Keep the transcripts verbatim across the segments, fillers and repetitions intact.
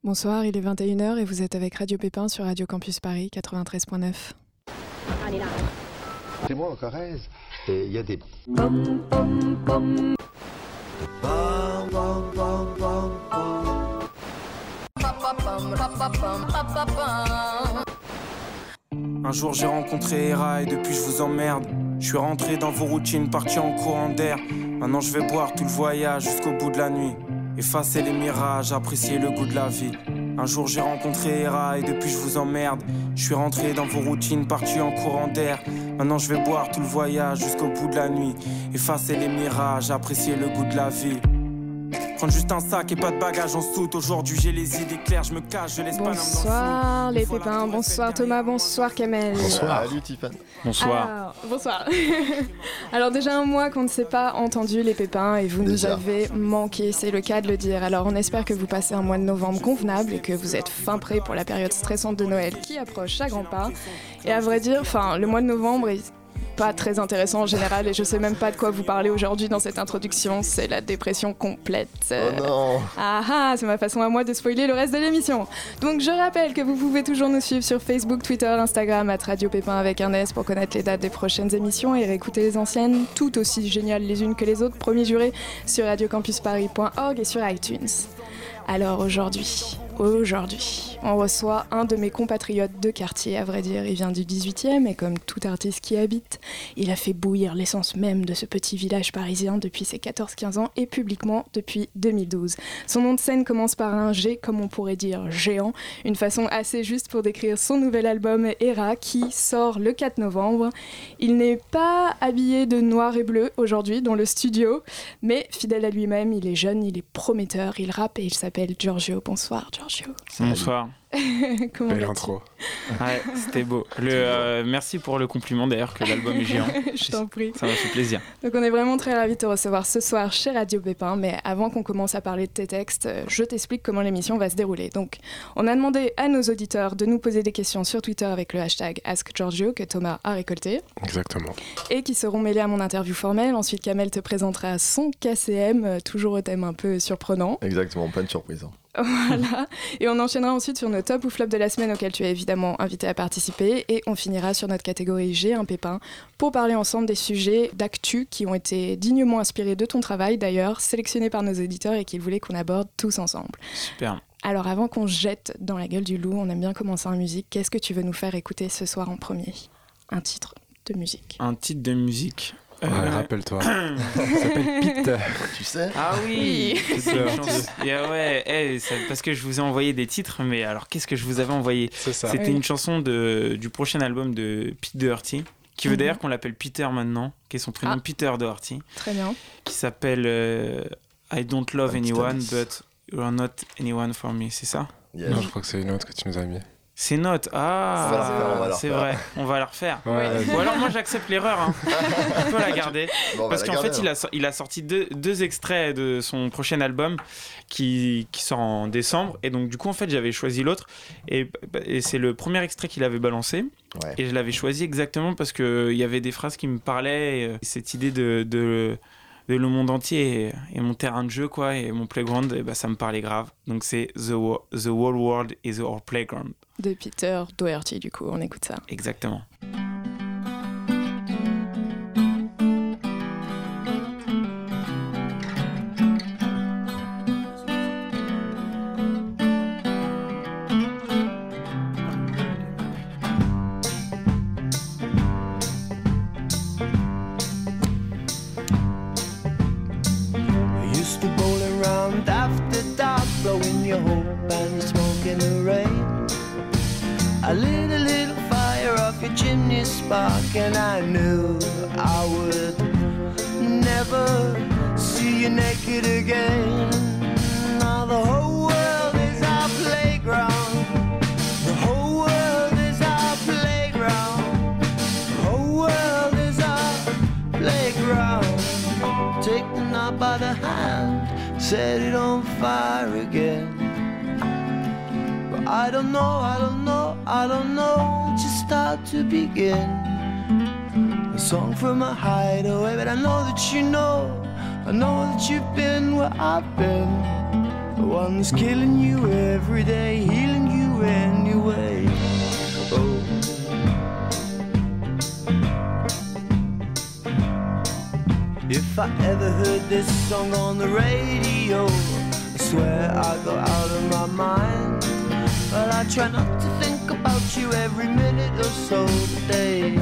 Bonsoir, il est vingt et une heures et vous êtes avec Radio Pépin sur Radio Campus Paris quatre-vingt-treize virgule neuf. Allez là. C'est moi en Corrèze et il y a des... Pom, pom, pom. Un jour j'ai rencontré Hera et depuis je vous emmerde. Je suis rentré dans vos routines, parti en courant d'air. Maintenant je vais boire tout le voyage jusqu'au bout de la nuit. Effacer les mirages, apprécier le goût de la vie. Un jour j'ai rencontré Hera et depuis je vous emmerde. Je suis rentré dans vos routines, parti en courant d'air. Maintenant je vais boire tout le voyage jusqu'au bout de la nuit. Effacer les mirages, apprécier le goût de la vie. Prendre juste un sac et pas de bagages en soute. Aujourd'hui j'ai les idées claires, je me cache, je laisse pas l'âme dans le flou. Bonsoir les pépins, bonsoir Thomas, bonsoir Kamel. Bonsoir. Salut Tiffany. Bonsoir. Alors, bonsoir. Alors déjà un mois qu'on ne s'est pas entendu les pépins et vous Déjà. nous avez manqué, c'est le cas de le dire. Alors on espère que vous passez un mois de novembre convenable et que vous êtes fin prêt pour la période stressante de Noël qui approche à grands pas. Et à vrai dire, enfin le mois de novembre est pas très intéressant en général et je sais même pas de quoi vous parler aujourd'hui dans cette introduction, c'est la dépression complète. Oh non. Ah ah, c'est ma façon à moi de spoiler le reste de l'émission. Donc je rappelle que vous pouvez toujours nous suivre sur Facebook, Twitter, Instagram, at Radio Pépin avec un S pour connaître les dates des prochaines émissions et réécouter les anciennes, tout aussi géniales les unes que les autres, promis juré, sur radio campus paris point org et sur iTunes. Alors aujourd'hui, aujourd'hui, on reçoit un de mes compatriotes de quartier, à vrai dire. Il vient du dix-huitième et comme tout artiste qui y habite, il a fait bouillir l'essence même de ce petit village parisien depuis ses quatorze quinze ans et publiquement depuis deux mille douze. Son nom de scène commence par un G, comme on pourrait dire géant, une façon assez juste pour décrire son nouvel album Hera qui sort le quatre novembre. Il n'est pas habillé de noir et bleu aujourd'hui dans le studio, mais fidèle à lui-même, il est jeune, il est prometteur, il rappe et il s'appelle Giorgio. Bonsoir Giorgio. Bonsoir. Comment Belle vas-tu? intro. Ouais, c'était beau. Le, euh, merci pour le compliment d'ailleurs que l'album est géant. Je t'en prie. Ça m'a fait plaisir. Donc on est vraiment très ravis de te recevoir ce soir chez Radio Pépin, mais avant qu'on commence à parler de tes textes, je t'explique comment l'émission va se dérouler. Donc on a demandé à nos auditeurs de nous poser des questions sur Twitter avec le hashtag AskGiorgio que Thomas a récolté Exactement. et qui seront mêlés à mon interview formelle. Ensuite Kamel te présentera son K C M, toujours au thème un peu surprenant. Exactement, plein de surprises. Hein. Voilà. Et on enchaînera ensuite sur nos top ou flop de la semaine auxquels tu es évidemment invité à participer. Et on finira sur notre catégorie J'ai un pépin pour parler ensemble des sujets d'actu qui ont été dignement inspirés de ton travail d'ailleurs, sélectionnés par nos éditeurs et qu'ils voulaient qu'on aborde tous ensemble. Super. Alors avant qu'on se jette dans la gueule du loup, on aime bien commencer en musique. Qu'est-ce que tu veux nous faire écouter ce soir en premier? Un titre de musique. Un titre de musique. Ouais, Euh, rappelle-toi. Ça s'appelle Pete. Tu sais Ah oui, Oui. c'est une chanson. Et ah ouais, hey, ça- parce que je vous ai envoyé des titres, mais alors qu'est-ce que je vous avais envoyé? C'est ça. C'était Oui. une chanson de, du prochain album de Pete Doherty, qui veut Mhm. d'ailleurs qu'on l'appelle Peter maintenant, qui est son prénom Ah. Peter Doherty, Très bien. qui s'appelle euh, I Don't Love Un petit Anyone, indice. but You're Not Anyone for Me, c'est ça? Yes. Non, je crois que c'est une autre que tu nous as mis. C'est note, On va la refaire, on va ah, la c'est refaire. vrai, on va la refaire. Ouais. Ou alors moi j'accepte l'erreur, hein. On peut la garder. Bon, on va Parce la qu'en garder, fait, il a, sor- il a sorti deux, deux extraits de son prochain album qui, qui sort en décembre. Et donc, du coup, en fait, j'avais choisi l'autre. Et, et c'est le premier extrait qu'il avait balancé. Ouais. Et je l'avais choisi exactement parce qu'il y avait des phrases qui me parlaient. Et, euh, cette idée de, de, de le monde entier et, et mon terrain de jeu, quoi, et mon playground, et bah, ça me parlait grave. Donc, c'est The, Wo- The Whole World is Our Playground. De Peter Doherty du coup, on écoute ça. Exactement. I used to bowl around after dark, blowing your hope and smoke in the rain. I lit a little fire off your chimney spark, and I knew I would never see you naked again. Now the whole world is our playground. The whole world is our playground. The whole world is our playground. Take the knob by the hand, set it on fire again. But I don't know, I don't know, I don't know, just start to begin. A song from a hideaway, but I know that you know, I know that you've been where I've been. The one who's killing you every day. I ever heard this song on the radio, I swear I go out of my mind. But I try not to think about you every minute or so today.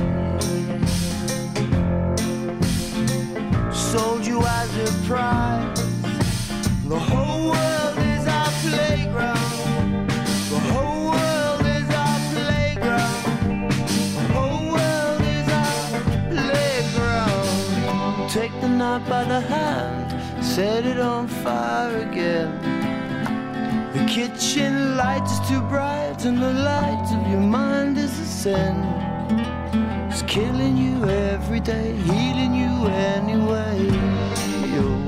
Sold you as a prize. The whole world is our playground. The whole world is our playground. The whole world is our playground. Take the night by the hand, set it on fire again. The kitchen light is too bright and the light of your mind is a sin. It's killing you every day, healing you anyway. Oh.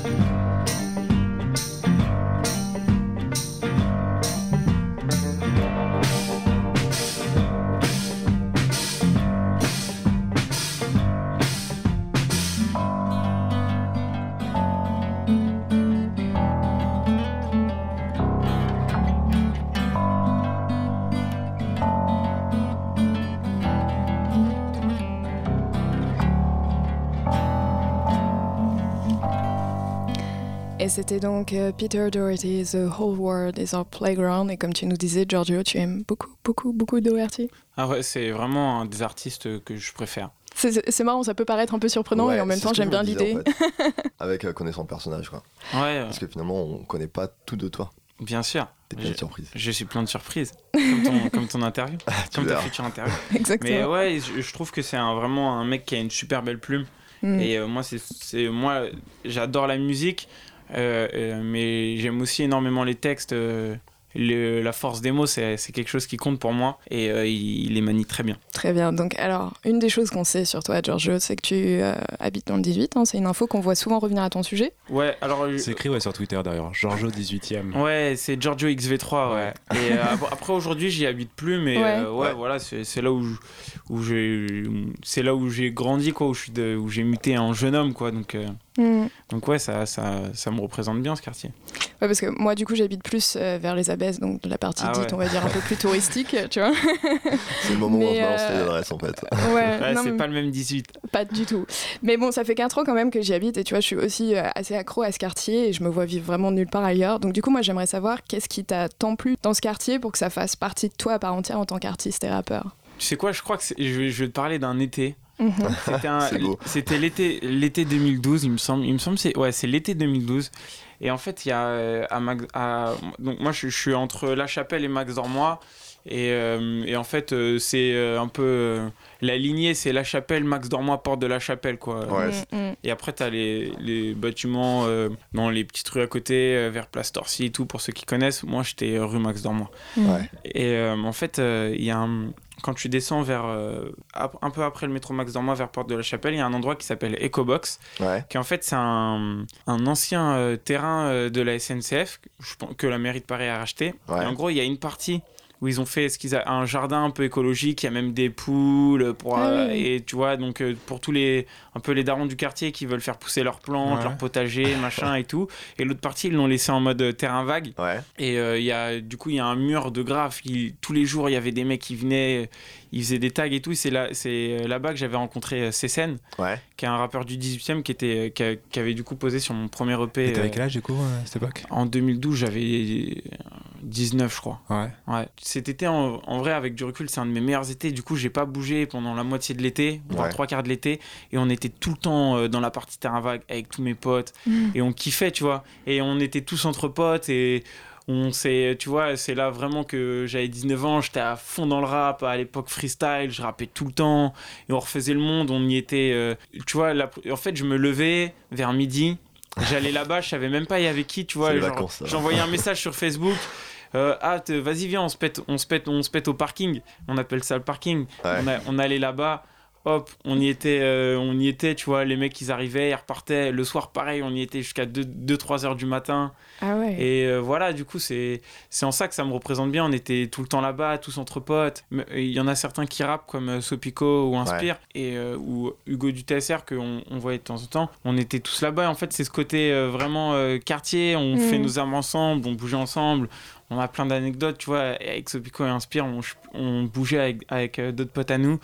Et c'était donc euh, Peter Doherty, The Whole World is Our Playground. Et comme tu nous disais, Giorgio, tu aimes beaucoup, beaucoup, beaucoup Doherty. Ah ouais, c'est vraiment un des artistes que je préfère. C'est, c'est, c'est marrant, ça peut paraître un peu surprenant Ouais, et en même c'est temps ce que j'aime je me bien disais, l'idée. en fait. Avec euh, connaissant le personnage, quoi. Ouais, Parce que finalement, on connaît pas tout de toi. bien sûr. T'es plein de surprises. Je suis plein de surprises, comme ton, comme ton interview, comme ta future interview. Exactement. Mais ouais, je, je trouve que c'est un, vraiment un mec qui a une super belle plume. Mm. Et euh, moi, c'est, c'est, moi, j'adore la musique, euh, euh, mais j'aime aussi énormément les textes. Euh, le, la force des mots, c'est, c'est quelque chose qui compte pour moi. Et euh, il, il les manie très bien. Très bien. Donc, alors, une des choses qu'on sait sur toi, Giorgio, c'est que tu euh, habites dans le dix-huit. Hein, c'est une info qu'on voit souvent revenir à ton sujet. Ouais, alors... C'est écrit ouais, sur Twitter d'ailleurs, Giorgio dix-huitième. Ouais, c'est Giorgio X V trois, ouais. ouais. Et euh, après, aujourd'hui, j'y habite plus, mais ouais, euh, ouais, ouais. voilà, c'est, c'est là où, je, où j'ai... C'est là où j'ai grandi, quoi, où, je suis de, où j'ai muté en jeune homme, quoi, donc... Euh... Mmh. Donc ouais, ça, ça, ça me représente bien ce quartier. Ouais, parce que moi du coup j'habite plus euh, vers les Abbesses, donc de la partie ah, dite ouais. on va dire un peu plus touristique, tu vois. C'est le moment mais où on se balance euh... les adresses en fait. Ouais, ouais non, c'est mais... pas le même dix-huit. Pas du tout. Mais bon, ça fait quatre ans quand même que j'y habite et tu vois, je suis aussi euh, assez accro à ce quartier et je me vois vivre vraiment nulle part ailleurs. Donc du coup, moi j'aimerais savoir qu'est-ce qui t'a tant plu dans ce quartier pour que ça fasse partie de toi à part entière en tant qu'artiste et rappeur. Tu sais quoi, je crois que c'est... Je, vais, je vais te parler d'un été. Mm-hmm. C'était, un, c'était l'été, l'été deux mille douze, il me semble. Il me semble c'est, ouais, c'est l'été deux mille douze. Et en fait, il y a euh, à, Max, à donc moi je, je suis entre La Chapelle et Max Dormois. Et, euh, et en fait, euh, c'est euh, un peu euh, la lignée, c'est La Chapelle, Max Dormois, porte de La Chapelle, quoi. Ouais. Mm-hmm. Et après, t'as les, les bâtiments euh, dans les petites rues à côté, euh, vers Place Torcy et tout, pour ceux qui connaissent. Moi, j'étais rue Max Dormois. Ouais. Et euh, en fait, il euh, y a un. Quand tu descends vers euh, un peu après le métro Max Dormois vers Porte de la Chapelle, il y a un endroit qui s'appelle Ecobox, ouais. qui en fait c'est un, un ancien euh, terrain euh, de la S N C F je pense, que la mairie de Paris a racheté. Ouais. Et en gros, il y a une partie où ils ont fait ce qu'ils a, un jardin un peu écologique, il y a même des poules pour ah euh, oui. et tu vois donc euh, pour tous les un peu les darons du quartier qui veulent faire pousser leurs plantes, ouais. leur potager, machin et tout. Et l'autre partie ils l'ont laissé en mode terrain vague. Ouais. Et euh, il y a du coup il y a un mur de graphes. Il, tous les jours il y avait des mecs qui venaient, ils faisaient des tags et tout. C'est là c'est là-bas que j'avais rencontré Cécen, ouais. qui est un rappeur du dix-huitième qui était qui, a, qui avait du coup posé sur mon premier E P. Et t'avais quel âge du coup à cette époque ? En deux mille douze j'avais dix-neuf je crois. Ouais. Ouais. Cet été en, en vrai avec du recul c'est un de mes meilleurs étés. Du coup j'ai pas bougé pendant la moitié de l'été, voire ouais. trois quarts de l'été, et on était tout le temps dans la partie terrain vague avec tous mes potes mmh. et on kiffait tu vois. Et on était tous entre potes et on s'est, tu vois, c'est là vraiment que j'avais dix-neuf ans, j'étais à fond dans le rap, à l'époque freestyle, je rappais tout le temps, et on refaisait le monde, on y était, euh, tu vois, la, en fait je me levais vers midi, j'allais là-bas, je savais même pas y avait qui, tu vois, genre, vacances, j'envoyais un message sur Facebook, euh, ah t- vas-y viens, on se pète, on se pète, on se pète au parking, on appelle ça le parking, ouais. on, a, on allait là-bas. Hop, on y était, euh, on y était, tu vois, les mecs ils arrivaient, ils repartaient. Le soir, pareil, on y était jusqu'à deux trois heures du matin. Ah ouais. Et euh, voilà, du coup, c'est, c'est en ça que ça me représente bien. On était tout le temps là-bas, tous entre potes. Il y en a certains qui rappent comme Sopico ou Inspire, ouais. et, euh, ou Hugo du T S R qu'on on voyait de temps en temps. On était tous là-bas. Et en fait, c'est ce côté euh, vraiment euh, quartier. On mmh. fait nos armes ensemble, on bougeait ensemble. On a plein d'anecdotes, tu vois. Avec Sopico et Inspire, on, on bougeait avec, avec euh, d'autres potes à nous.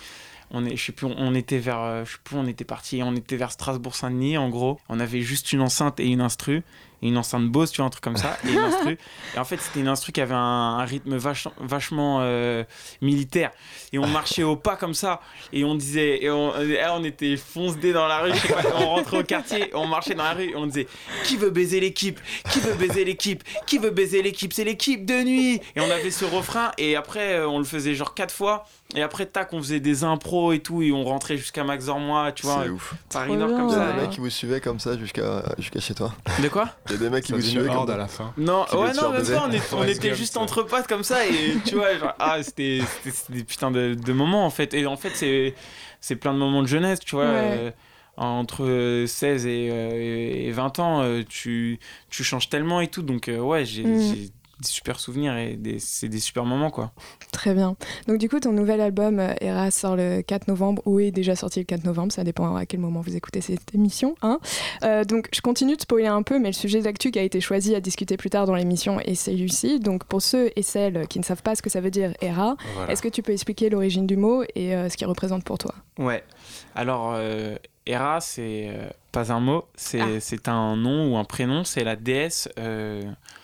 On est, je sais plus, on était vers, je sais plus, on était parti, on était vers Strasbourg-Saint-Denis en gros. On avait juste une enceinte et une instru, et une enceinte Bose, tu vois, un truc comme ça, et une instru. Et en fait, c'était une instru qui avait un, un rythme vach, vachement euh, militaire. Et on marchait au pas comme ça, et on disait, et on, et on était fonce-dés dans la rue. Je sais pas, on rentrait au quartier, on marchait dans la rue, et on disait, qui veut baiser l'équipe, qui veut baiser l'équipe, qui veut baiser l'équipe, c'est l'équipe de nuit. Et on avait ce refrain, et après, on le faisait genre quatre fois. Et après, tac, on faisait des impros et tout, et on rentrait jusqu'à Max Ormois, tu vois. C'est ouf. Paris Nord comme Il y a ça. des mecs qui vous suivaient comme ça jusqu'à, jusqu'à chez toi. De quoi? Il y a des mecs qui Ça vous faisait suivaient une comme horde ça. à la fin. Non, Qui ouais, veut te non, faire même baiser. pas, on, est- on Forrest était Gump, juste ça. entre potes comme ça, et tu vois, genre, ah, c'était, c'était, c'était des putains de, de moments en fait. Et en fait, c'est, c'est plein de moments de jeunesse, tu vois. Ouais. euh, entre seize et, euh, et vingt ans, euh, tu, tu changes tellement et tout. Donc, euh, ouais, j'ai, Mm. j'ai des super souvenirs et des, c'est des super moments, quoi. Très bien. Donc du coup, ton nouvel album euh, Era sort le quatre novembre ou est déjà sorti le quatre novembre, ça dépend à quel moment vous écoutez cette émission. Hein. Euh, donc je continue de spoiler un peu, mais le sujet d'actu qui a été choisi à discuter plus tard dans l'émission est celui-ci. Donc pour ceux et celles qui ne savent pas ce que ça veut dire Era, Voilà. est-ce que tu peux expliquer l'origine du mot et euh, ce qu'il représente pour toi? Ouais. Alors, euh, Hera, c'est euh, pas un mot, c'est, Ah. c'est un nom ou un prénom, c'est la déesse euh,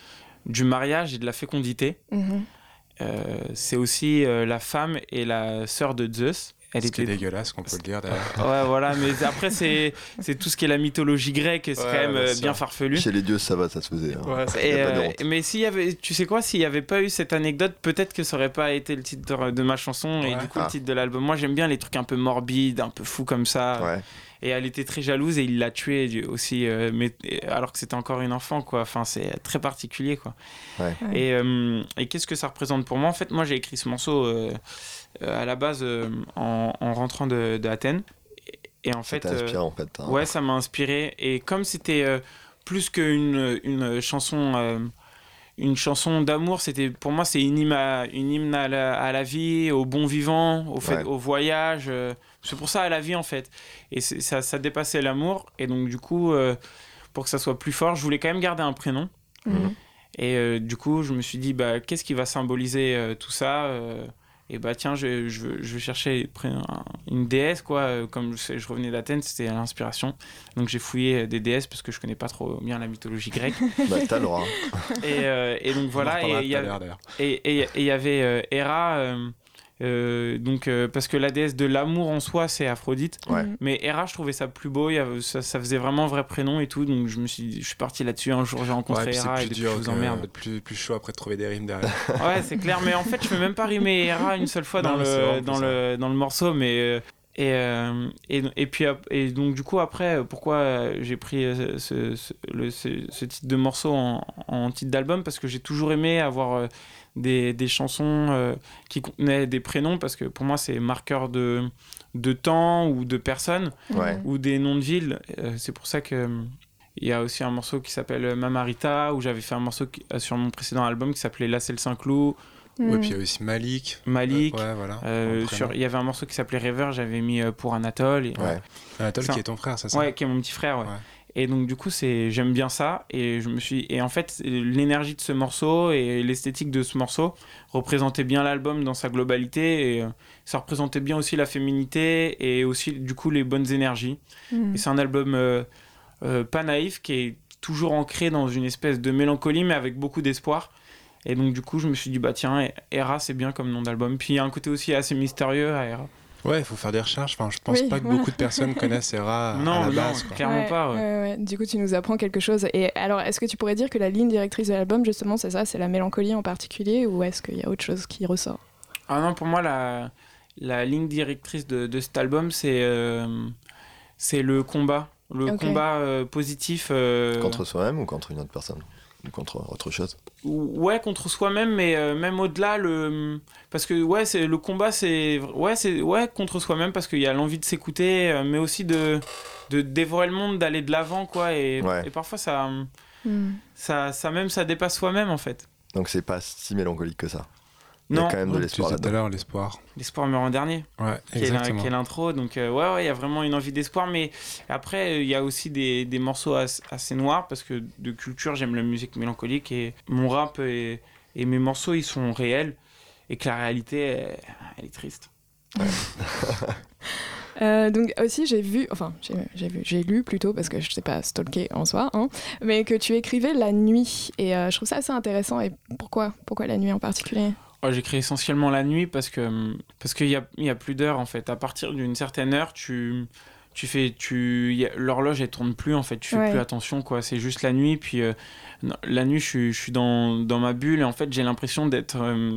du mariage et de la fécondité. Mhm. Euh, c'est aussi euh, la femme et la sœur de Zeus. Elle Ce qui est était... dégueulasse, qu'on peut le dire d'ailleurs. Ouais, voilà, mais après, c'est, c'est tout ce qui est la mythologie grecque, c'est Ouais, quand même bien euh, sûr. bien farfelu. Chez les dieux, ça va, ça se faisait. hein. Ouais, Il y Et, a pas de euh, honte. mais s'il y avait, tu sais quoi, s'il n'y avait pas eu cette anecdote, peut-être que ça aurait pas été le titre de ma chanson et Ouais. du coup Ah. le titre de l'album. Moi, j'aime bien les trucs un peu morbides, un peu fous comme ça. Ouais. Et elle était très jalouse et il l'a tuée du- aussi, euh, mais, alors que c'était encore une enfant, quoi. Enfin, c'est très particulier, quoi. Ouais. Ouais. Et, euh, et qu'est-ce que ça représente pour moi? En fait, moi, j'ai écrit ce morceau euh, euh, à la base euh, en, en rentrant de, de Athènes. Et, et en Ça fait, t'a inspiré euh, en fait. hein. ouais, ça m'a inspiré. Et comme c'était euh, plus qu'une une chanson, euh, une chanson d'amour, c'était pour moi c'est une hymne à, une hymne à la, à la vie, au bon vivant, au fait, Ouais. au voyage. euh, c'est pour ça à la vie en fait. Et c'est- ça, ça dépassait l'amour. Et donc du coup, euh, pour que ça soit plus fort, je voulais quand même garder un prénom. Mhm. Et euh, du coup, je me suis dit, bah, qu'est-ce qui va symboliser euh, tout ça euh, Et bah tiens, je, je, je vais chercher pré- un- une déesse, quoi. Euh, Comme je, je revenais d'Athènes, c'était à l'inspiration. Donc j'ai fouillé des déesses parce que je connais pas trop bien la mythologie grecque. Bah, t'as le droit. et, euh, et donc On en voilà, reparlera et il tout y à avait- l'heure, d'ailleurs. et et- et il y avait euh, Héra, euh, euh, donc, euh, parce que la déesse de l'amour en soi, c'est Aphrodite. Ouais. Mhm. Mais Héra, je trouvais ça plus beau, il y avait- ça, ça faisait vraiment vrai prénom et tout. Donc je, me suis, je suis parti là-dessus. Un jour, j'ai Ouais, rencontré puis c'est Héra et plus depuis, dur, je vous que- emmerde. plus, plus chaud après de trouver des rimes derrière. Ouais, c'est clair, mais en fait, je peux même pas rimer Hera une seule fois Non, dans, mais c'est le, vraiment dans, plus le, dans le morceau, mais. euh, et, euh, et, et puis ap- et donc du coup après euh, pourquoi euh, j'ai pris euh, ce, ce, le- ce, ce titre de morceau en, en titre d'album, parce que j'ai toujours aimé avoir euh, des, des chansons euh, qui contenaient des prénoms, parce que pour moi c'est marqueur de, de temps ou de personnes Ouais. ou des noms de villes. Euh, c'est pour ça que euh, il y a aussi un morceau qui s'appelle Mamarita, où j'avais fait un morceau qui- euh, sur mon précédent album qui s'appelait Là c'est le Saint-Cloud, Ouais, Mhm. puis il y a aussi Malik. Malik. Ouais, voilà. Euh, En sur, prénom. il y avait un morceau qui s'appelait Rêveur, j'avais mis euh, pour Anatole. Et, Ouais. Anatole, Ça- qui est ton frère, c'est ça? ouais, qui est mon petit frère. Ouais. Ouais. Et donc du coup, c'est, j'aime bien ça. Et je me suis, et en fait, l'énergie de ce morceau et l'esthétique de ce morceau représentait bien l'album dans sa globalité. Et euh, ça représentait bien aussi la féminité et aussi du coup les bonnes énergies. Mhm. Et c'est un album euh, euh, pas naïf, qui est toujours ancré dans une espèce de mélancolie, mais avec beaucoup d'espoir. Et donc du coup, je me suis dit, bah tiens, Hera, c'est bien comme nom d'album. Puis il y a un côté aussi assez mystérieux à Hera. Ouais, il faut faire des recherches. Enfin, je pense Oui, pas que voilà. beaucoup de personnes connaissent Hera Non, à la non, base. Quoi. clairement Ouais, pas. ouais. ouais, ouais. Du coup, tu nous apprends quelque chose. Et alors, est-ce que tu pourrais dire que la ligne directrice de l'album, justement, c'est ça, c'est la mélancolie en particulier, ou est-ce qu'il y a autre chose qui ressort? Ah non, pour moi, la, la ligne directrice de, de cet album, c'est, euh, c'est le combat. Le Ok. combat euh, positif. euh, Contre soi-même ou contre une autre personne? Ou contre autre chose? Ouais, contre soi-même, mais euh, même au-delà, le... parce que ouais, c'est, le combat, c'est... Ouais, c'est ouais, contre soi-même, parce qu'il y a l'envie de s'écouter, euh, mais aussi de, de dévorer le monde, d'aller de l'avant, quoi. Et, Ouais. et parfois, ça, Mhm. ça, ça même, ça dépasse soi-même, en fait. Donc c'est pas si mélancolique que ça. Il y Non, a quand même de Ouais, tu l'espoir disais tout à là-dedans. l'heure, l'espoir. l'espoir meurt en dernier. Ouais, qui est, la- exactement. qui est l'intro. Donc, euh, ouais, ouais, il y a vraiment une envie d'espoir. Mais après, il y a aussi des, des morceaux as- assez noirs, parce que de culture, j'aime la musique mélancolique. Et mon rap et, et mes morceaux, ils sont réels. Et que la réalité, elle, elle est triste. Euh, donc aussi j'ai vu, enfin j'ai, j'ai vu, j'ai lu plutôt parce que je sais pas stalker en soi, hein, mais que tu écrivais la nuit et euh, je trouve ça assez intéressant. Et pourquoi, pourquoi la nuit en particulier? Ouais, j'écris essentiellement la nuit parce que parce qu'il y a il y a plus d'heures en fait. À partir d'une certaine heure, tu tu fais tu y a, l'horloge elle tourne plus en fait. Tu fais ouais. plus attention quoi. C'est juste la nuit. Puis euh, la nuit, je suis je suis dans dans ma bulle et en fait j'ai l'impression d'être euh,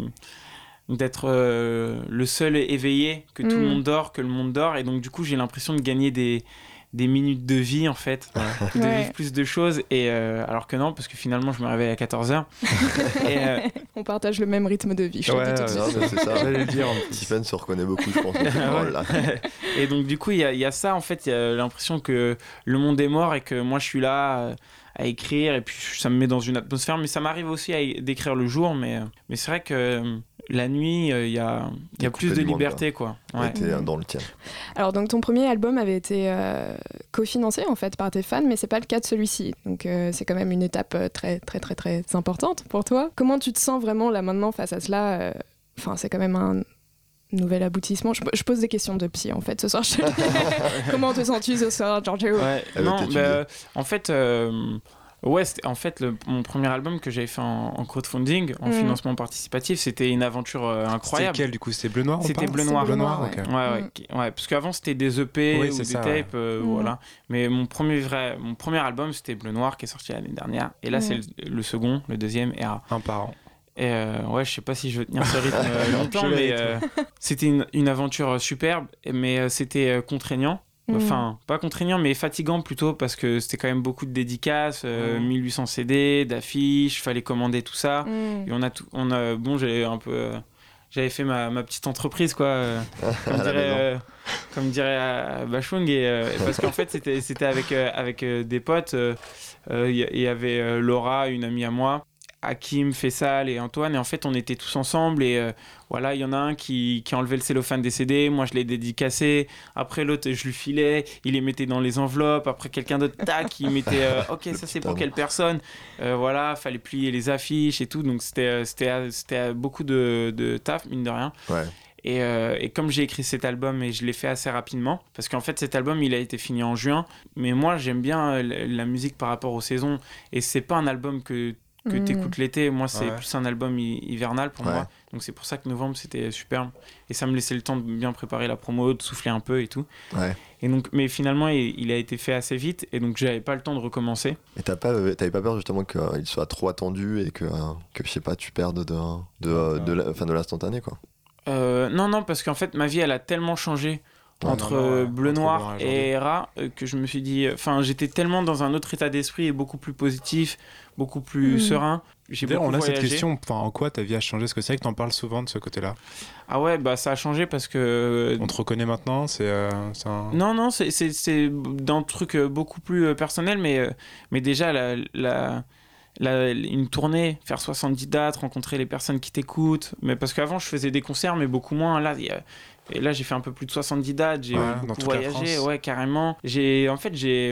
d'être euh, le seul éveillé, que mmh. tout le monde dort, que le monde dort, et donc du coup j'ai l'impression de gagner des, des minutes de vie en fait, de ouais. vivre plus de choses, et euh, alors que non, parce que finalement je me réveille à quatorze heures. et, euh... On partage le même rythme de vie, je ouais, te dis tout non, de suite. c'est ça, j'allais le dire. Tiffen se reconnaît beaucoup, je pense. ouais. là. Et donc du coup il y, y a ça en fait, il y a l'impression que le monde est mort et que moi je suis là euh, à écrire, et puis ça me met dans une atmosphère, mais ça m'arrive aussi à é- d'écrire le jour, mais, mais c'est vrai que la nuit, il euh, y a, y a plus de liberté, quoi. Ouais. T'es mmh. dans le tien. Alors, donc, ton premier album avait été euh, cofinancé, en fait, par tes fans, mais c'est pas le cas de celui-ci. Donc, euh, c'est quand même une étape très, très, très, très importante pour toi. Comment tu te sens vraiment, là, maintenant, face à cela? Enfin, euh, c'est quand même un nouvel aboutissement. Je, je pose des questions de psy, en fait, ce soir. Je... Comment te sens-tu ce soir, Giorgio? Ouais, non, bah, en fait... Euh... Ouais, c'était, en fait, le, mon premier album que j'avais fait en, en crowdfunding, en mmh. financement participatif, c'était une aventure euh, incroyable. C'était quel, du coup? C'était Bleu Noir? C'était Bleu Noir. Bleu Noir, ouais. ok. Ouais, ouais, mmh. ouais, parce qu'avant, c'était des E P oui, ou des ça, tapes, euh, mmh. voilà. Mais mon premier, vrai, mon premier album, c'était Bleu Noir, qui est sorti l'année dernière. Et là, mmh. c'est le, le second, le deuxième, Era. Un par an. Et euh, ouais, je sais pas si je veux tenir ce rythme euh, longtemps, mais euh, c'était une, une aventure superbe, mais euh, c'était euh, contraignant. Enfin, pas contraignant, mais fatigant plutôt, parce que c'était quand même beaucoup de dédicaces, euh, mmh. mille huit cents C D, d'affiches, fallait commander tout ça. Mmh. Et on a tout, on a, bon, j'avais un peu, euh, j'avais fait ma, ma petite entreprise, quoi, euh, comme, dirait, euh, comme dirait euh, Bachung, et, euh, parce qu'en fait, c'était, c'était avec, euh, avec euh, des potes. Il euh, euh, y, y avait euh, Laura, une amie à moi, Hakim, Fessal et Antoine, et en fait on était tous ensemble, et euh, voilà, il y en a un qui, qui enlevait le cellophane des C D, moi je l'ai dédicacé, après l'autre je lui filais, il les mettait dans les enveloppes, après quelqu'un d'autre, tac, il mettait euh, ok, ça c'est pour quelle personne, euh, voilà, fallait plier les affiches et tout, donc c'était, c'était, c'était beaucoup de, de taf, mine de rien. Ouais. Et, euh, et comme j'ai écrit cet album, et je l'ai fait assez rapidement, parce qu'en fait cet album il a été fini en juin, mais moi j'aime bien la, la musique par rapport aux saisons, et c'est pas un album que que mmh. t'écoutes l'été, moi c'est ouais. plus un album hi- hivernal pour ouais. moi, donc c'est pour ça que novembre c'était superbe, et ça me laissait le temps de bien préparer la promo, de souffler un peu et tout, ouais. et donc, mais finalement il, il a été fait assez vite, et donc j'avais pas le temps de recommencer. Et t'as pas, t'avais pas peur justement qu'il euh, soit trop attendu, et que, euh, que je sais pas, tu perdes de, de, de, euh, de, la, fin, de l'instantané, quoi? euh, Non, non, parce qu'en fait ma vie elle a tellement changé entre non, non, ouais. Bleu Noir et Era, euh, que je me suis dit, enfin j'étais tellement dans un autre état d'esprit et beaucoup plus positif, beaucoup plus mmh. serein. J'ai D'ailleurs, beaucoup on a voyagé. cette question, en quoi ta vie a changé? Parce que c'est vrai que t'en parles souvent de ce côté-là. Ah ouais, bah ça a changé parce que... On te reconnaît maintenant, c'est, euh, c'est un... Non, non, c'est, c'est, c'est dans un truc beaucoup plus personnel, mais, mais déjà la... la... La, une tournée, faire soixante-dix dates, rencontrer les personnes qui t'écoutent, mais parce qu'avant je faisais des concerts mais beaucoup moins, là y a, et là j'ai fait un peu plus de soixante-dix dates, j'ai ouais, beaucoup voyagé, ouais carrément, j'ai en fait j'ai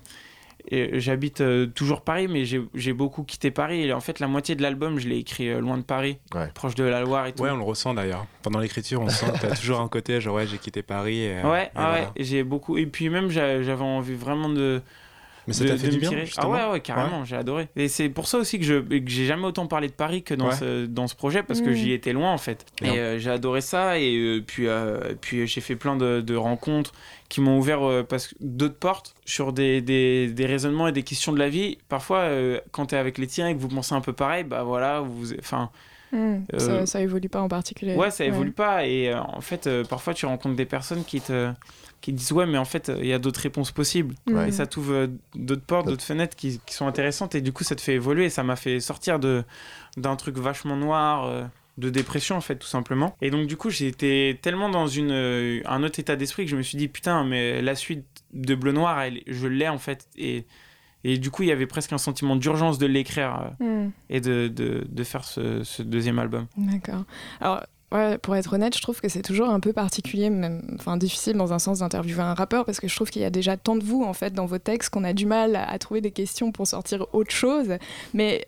et j'habite euh, toujours Paris, mais j'ai, j'ai beaucoup quitté Paris, et en fait la moitié de l'album je l'ai écrit euh, loin de Paris, ouais. proche de la Loire et tout. Ouais, on le ressent d'ailleurs, pendant l'écriture on sent que t'as toujours un côté genre ouais j'ai quitté Paris et, ouais, et ah voilà. ouais, j'ai beaucoup, et puis même j'avais envie vraiment de Mais ça t'a de, fait de du me bien, tirer. justement. Ah ouais, ouais, carrément, ouais. J'ai adoré. Et c'est pour ça aussi que, je, que j'ai jamais autant parlé de Paris que dans, ouais. ce, dans ce projet, parce mmh. que j'y étais loin en fait. Bien. Et euh, j'ai adoré ça, et euh, puis, euh, puis j'ai fait plein de, de rencontres qui m'ont ouvert euh, parce que d'autres portes sur des, des, des raisonnements et des questions de la vie. Parfois, euh, quand t'es avec les tiens et que vous pensez un peu pareil, bah voilà, vous... Enfin... Mmh, euh, ça, ça évolue pas en particulier. Ouais, ça évolue ouais. pas, et euh, en fait, euh, parfois tu rencontres des personnes qui te... qui disent ouais mais en fait il y a d'autres réponses possibles, ouais. et ça t'ouvre euh, d'autres portes, d'autres fenêtres qui, qui sont intéressantes, et du coup ça te fait évoluer, et ça m'a fait sortir de, d'un truc vachement noir, euh, de dépression en fait tout simplement, et donc du coup j'ai été tellement dans une, euh, un autre état d'esprit que je me suis dit putain mais la suite de Bleu Noir elle, je l'ai en fait, et, et du coup il y avait presque un sentiment d'urgence de l'écrire euh, mm. et de, de, de faire ce, ce deuxième album. D'accord. Alors ouais, pour être honnête, je trouve que c'est toujours un peu particulier, même, enfin difficile dans un sens d'interviewer un rappeur, parce que je trouve qu'il y a déjà tant de vous en fait dans vos textes qu'on a du mal à, à trouver des questions pour sortir autre chose. Mais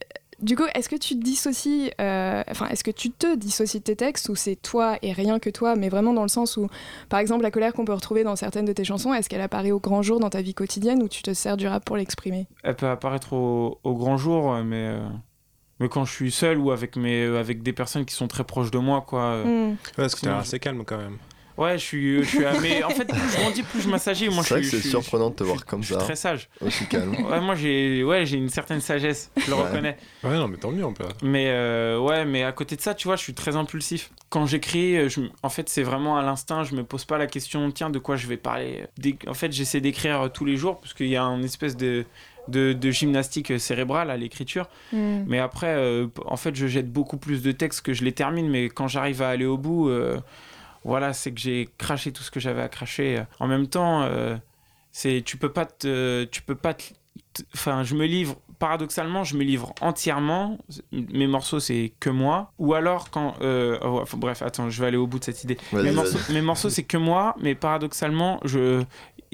du coup, est-ce que tu dissocies, euh, enfin, est-ce que tu te dissocies de tes textes ou c'est toi et rien que toi, mais vraiment dans le sens où, par exemple, la colère qu'on peut retrouver dans certaines de tes chansons, est-ce qu'elle apparaît au grand jour dans ta vie quotidienne ou tu te sers du rap pour l'exprimer ? Elle peut apparaître au, au grand jour, mais, euh, mais quand je suis seul ou avec, mes, avec des personnes qui sont très proches de moi, quoi. Euh, Mm. Ouais, parce que t'es Sinon, assez calme quand même. Ouais, je suis, je suis à- mais en fait, plus je grandis, plus je m'assagis. Moi, C'est vrai je que suis, c'est je suis- surprenant de te je voir suis- comme je suis ça. très sage. Aussi calme. Ouais, moi, j'ai, ouais, j'ai une certaine sagesse, je le Ouais. reconnais. Ouais, non, mais tant mieux, on peut. Mais euh, ouais, mais à côté de ça, tu vois, je suis très impulsif. Quand j'écris, je, en fait, c'est vraiment à l'instinct. Je me pose pas la question, tiens, de quoi je vais parler. Dès- en fait, j'essaie d'écrire tous les jours parce qu'il y a une espèce de, de, de gymnastique cérébrale à l'écriture. Mm. Mais après, euh, en fait, je jette beaucoup plus de textes que je les termine. Mais quand j'arrive à aller au bout, euh, voilà, c'est que j'ai craché tout ce que j'avais à cracher. En même temps, euh, c'est, tu peux pas te, tu peux pas te- te- enfin, je me livre, paradoxalement, je me livre entièrement. Mes morceaux, c'est que moi. Ou alors, quand. Euh, oh, enfin, bref, attends, je vais aller au bout de cette idée. Vas-y, Mes vas-y. morceaux, mes morceaux, c'est que moi, mais paradoxalement, je.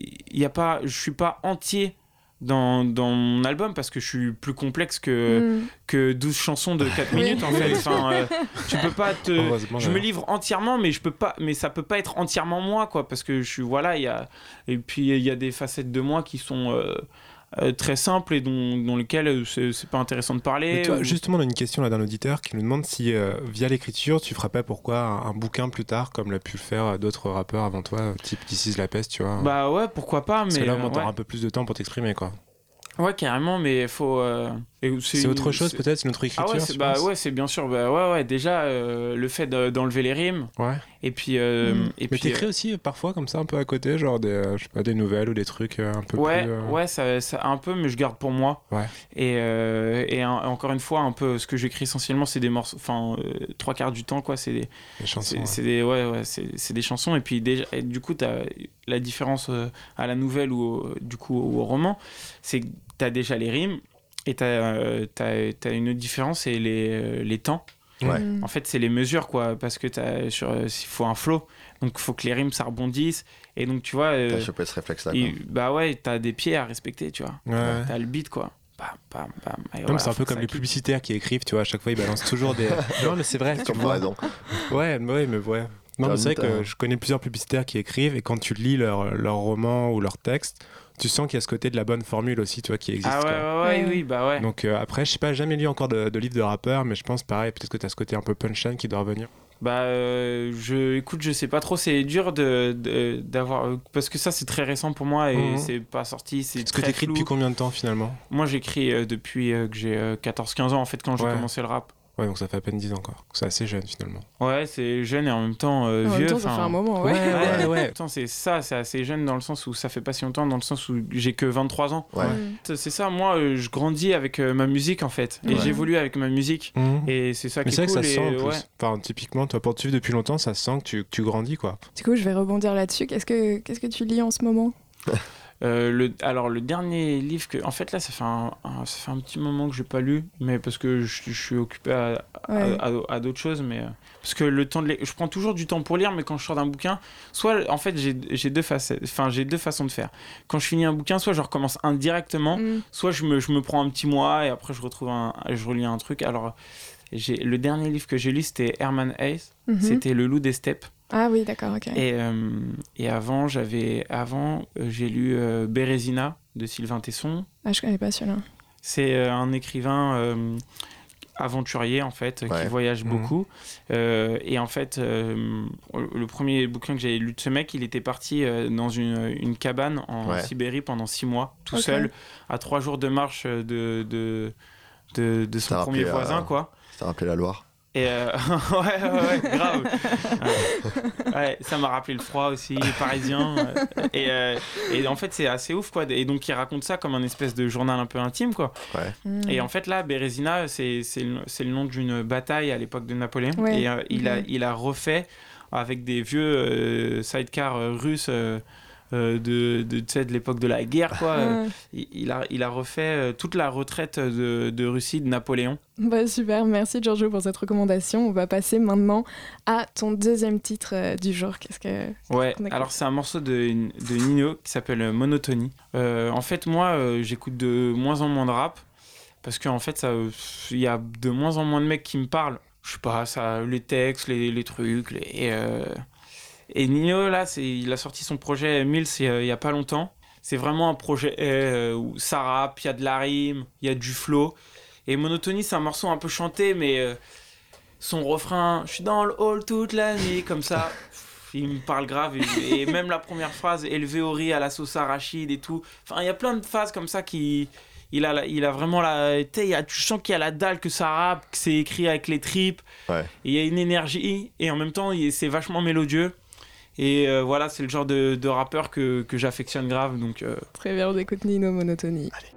Y a pas, je suis pas entier dans, dans mon album parce que je suis plus complexe que, Mm. que douze chansons de quatre Oui. minutes en fait. Enfin, euh, tu peux pas te. Heureusement, Je me d'ailleurs. livre entièrement, mais je peux pas. Mais ça peut pas être entièrement moi, quoi, parce que je suis voilà, il y a et puis il y a des facettes de moi qui sont euh, euh, très simples et dont, dans lesquelles euh, c'est, c'est pas intéressant de parler. Mais toi, ou- justement, on a une question là d'un auditeur qui nous demande si, euh, via l'écriture, tu feras pas pourquoi un, un bouquin plus tard, comme l'a pu le faire euh, d'autres rappeurs avant toi, type This is la peste, tu vois. Bah ouais, pourquoi pas, mais Parce que là, au euh, moins, t'auras ouais. un peu plus de temps pour t'exprimer, quoi. Ouais, carrément, mais il faut. euh, et C'est autre chose, c'est- peut-être, c'est notre écriture, Ah ouais, c'est, tu bah penses ouais, c'est bien sûr. Bah ouais, ouais. Déjà, euh, le fait de- d'enlever les rimes, Ouais. et puis. euh, Mm. et Mais puis t'écris aussi euh, parfois comme ça, un peu à côté, genre des, euh, je sais pas, des nouvelles ou des trucs euh, un peu ouais, plus. euh, ouais, ça, ça un peu, mais je garde pour moi. Ouais. Et, euh, et un- encore une fois, un peu, ce que j'écris essentiellement, c'est des morceaux. Enfin, euh, trois quarts du temps, quoi, c'est des. des chansons. C'est, ouais. c'est des, ouais, ouais, c'est, c'est des chansons. Et puis déjà, et du coup, t'as la différence euh, à la nouvelle ou au, du coup au roman, c'est que t'as déjà les rimes et t'as, euh, t'as, t'as une autre différence, c'est les, euh, les temps. Ouais. Mm. En fait, c'est les mesures, quoi, parce que t'as sur, euh, il faut un flow, donc il faut que les rimes ça rebondisse. Et donc tu vois, euh, T'as chopé ce réflexe-là. et- quoi. bah ouais, t'as des pieds à respecter, tu vois. Ouais, ouais. T'as le beat, quoi. Bam, bam, bam. Et Non, voilà, mais c'est un faut peu que comme ça les kick. publicitaires qui écrivent, tu vois, à chaque fois ils balancent toujours des. Non, mais c'est vrai, tu vois. Comparaison. Ouais, mais ouais, mais ouais. Non, mais c'est vrai T'as- que je connais plusieurs publicitaires qui écrivent et quand tu lis leur, leur roman ou leur texte, tu sens qu'il y a ce côté de la bonne formule aussi, tu vois, qui existe. Ah ouais, quoi. ouais, ouais, Ouais. oui, bah ouais. Donc euh, après, je sais pas, jamais lu encore de, de livres de rappeurs, mais je pense pareil, peut-être que t'as ce côté un peu punchline qui doit revenir. Bah, euh, je, écoute, je sais pas trop, c'est dur de, de- d'avoir. euh, Parce que ça, c'est très récent pour moi et Mhm. c'est pas sorti, c'est Est-ce que très t'écris flou. depuis combien de temps finalement? Moi, j'écris euh, depuis euh, que j'ai euh, quatorze quinze ans, en fait, quand j'ai Ouais. commencé le rap. Ouais, donc ça fait à peine dix ans quoi. C'est assez jeune finalement. Ouais, c'est jeune et en même temps euh, En vieux. même temps, ça enfin, fait un moment, ouais. ouais, ouais. Attends, c'est ça, c'est assez jeune dans le sens où ça fait pas si longtemps, dans le sens où j'ai que vingt-trois ans. Ouais. Mm. C'est ça, moi, euh, je grandis avec euh, ma musique, en fait. Et Ouais. j'évolue avec ma musique. Mhm. Et c'est ça Mais qui c'est est vrai cool. que ça se sent et, en ouais. plus. Enfin, typiquement, toi, pour te suivre depuis longtemps, ça se sent que tu, que tu grandis quoi. Du coup, je vais rebondir là-dessus. Qu'est-ce que, qu'est-ce que tu lis en ce moment ? Euh, le, alors, le dernier livre que. En fait, là, ça fait un, un- ça fait un petit moment que j'ai pas lu, mais parce que je, je suis occupé à, à- Ouais. à- à d'autres choses. Mais, euh, parce que le temps de lire- je prends toujours du temps pour lire, mais quand je sors d'un bouquin, soit. En fait, j'ai, j'ai, deux facettes, enfin, j'ai deux façons de faire. Quand je finis un bouquin, soit je recommence indirectement, Mm. soit je me, je me prends un petit mois et après je retrouve un. Je relis un truc. Alors, j'ai, le dernier livre que j'ai lu, c'était Herman Hesse, Mhm. c'était Le loup des steppes. Ah oui, d'accord, ok. Et, euh, et avant, j'avais, avant euh, j'ai lu euh, Bérésina de Sylvain Tesson. Ah, je connais pas celui-là. C'est euh, un écrivain euh, aventurier, en fait, Ouais. qui voyage Mhm. beaucoup. Euh, et en fait, euh, le premier bouquin que j'avais lu de ce mec, il était parti euh, dans une, une cabane en Ouais. Sibérie pendant six mois, tout Ok. seul, à trois jours de marche de, de, de, de son Ça premier rappelait, voisin, euh, quoi. Ça t'a rappelé la Loire. Et euh, ouais, ouais, ouais, grave. Ouais. Ouais, ça m'a rappelé le froid aussi, les Parisiens. euh, Et, euh, et en fait, c'est assez ouf, quoi. Et donc, il raconte ça comme un espèce de journal un peu intime, quoi. Ouais. Mm. Et en fait, là, Bérésina, c'est, c'est, le, c'est le nom d'une bataille à l'époque de Napoléon. Ouais. Et euh, il, a, Mhm. il a refait avec des vieux euh, sidecars euh, russes euh, euh, de, de, tu sais, de l'époque de la guerre, quoi. Euh, Ouais. il, il a, il a refait euh, toute la retraite de, de Russie de Napoléon. Bah, super, merci Giorgio pour cette recommandation. On va passer maintenant à ton deuxième titre euh, du jour. Qu'est-ce que... Ouais, qu'on écoute. alors c'est un morceau de, de Nino qui s'appelle Monotonie. Euh, en fait, moi, euh, j'écoute de moins en moins de rap Parce qu'en fait, ça, il y a de moins en moins de mecs qui me parlent. Je sais pas, ça, les textes, les, les trucs. Les, et, euh... et Nino, là, c'est, il a sorti son projet Mills il y a pas longtemps. C'est vraiment un projet euh, où ça rappe, il y a de la rime, il y a du flow. Et Monotonie, c'est un morceau un peu chanté, mais euh, son refrain, je suis dans le hall toute la nuit, comme ça, pff, il me parle grave. Et, et même la première phrase, élevé au riz à la sauce arachide et tout. Enfin, il y a plein de phases comme ça qui. Il a, il a vraiment la. Tu sens qu'il y a la dalle, que ça rappe, que c'est écrit avec les tripes. Ouais. Et il y a une énergie, et en même temps, il, c'est vachement mélodieux. Et euh, voilà, c'est le genre de, de rappeur que, que j'affectionne grave. Donc, euh... Très bien, on écoute Nino Monotonie. Allez.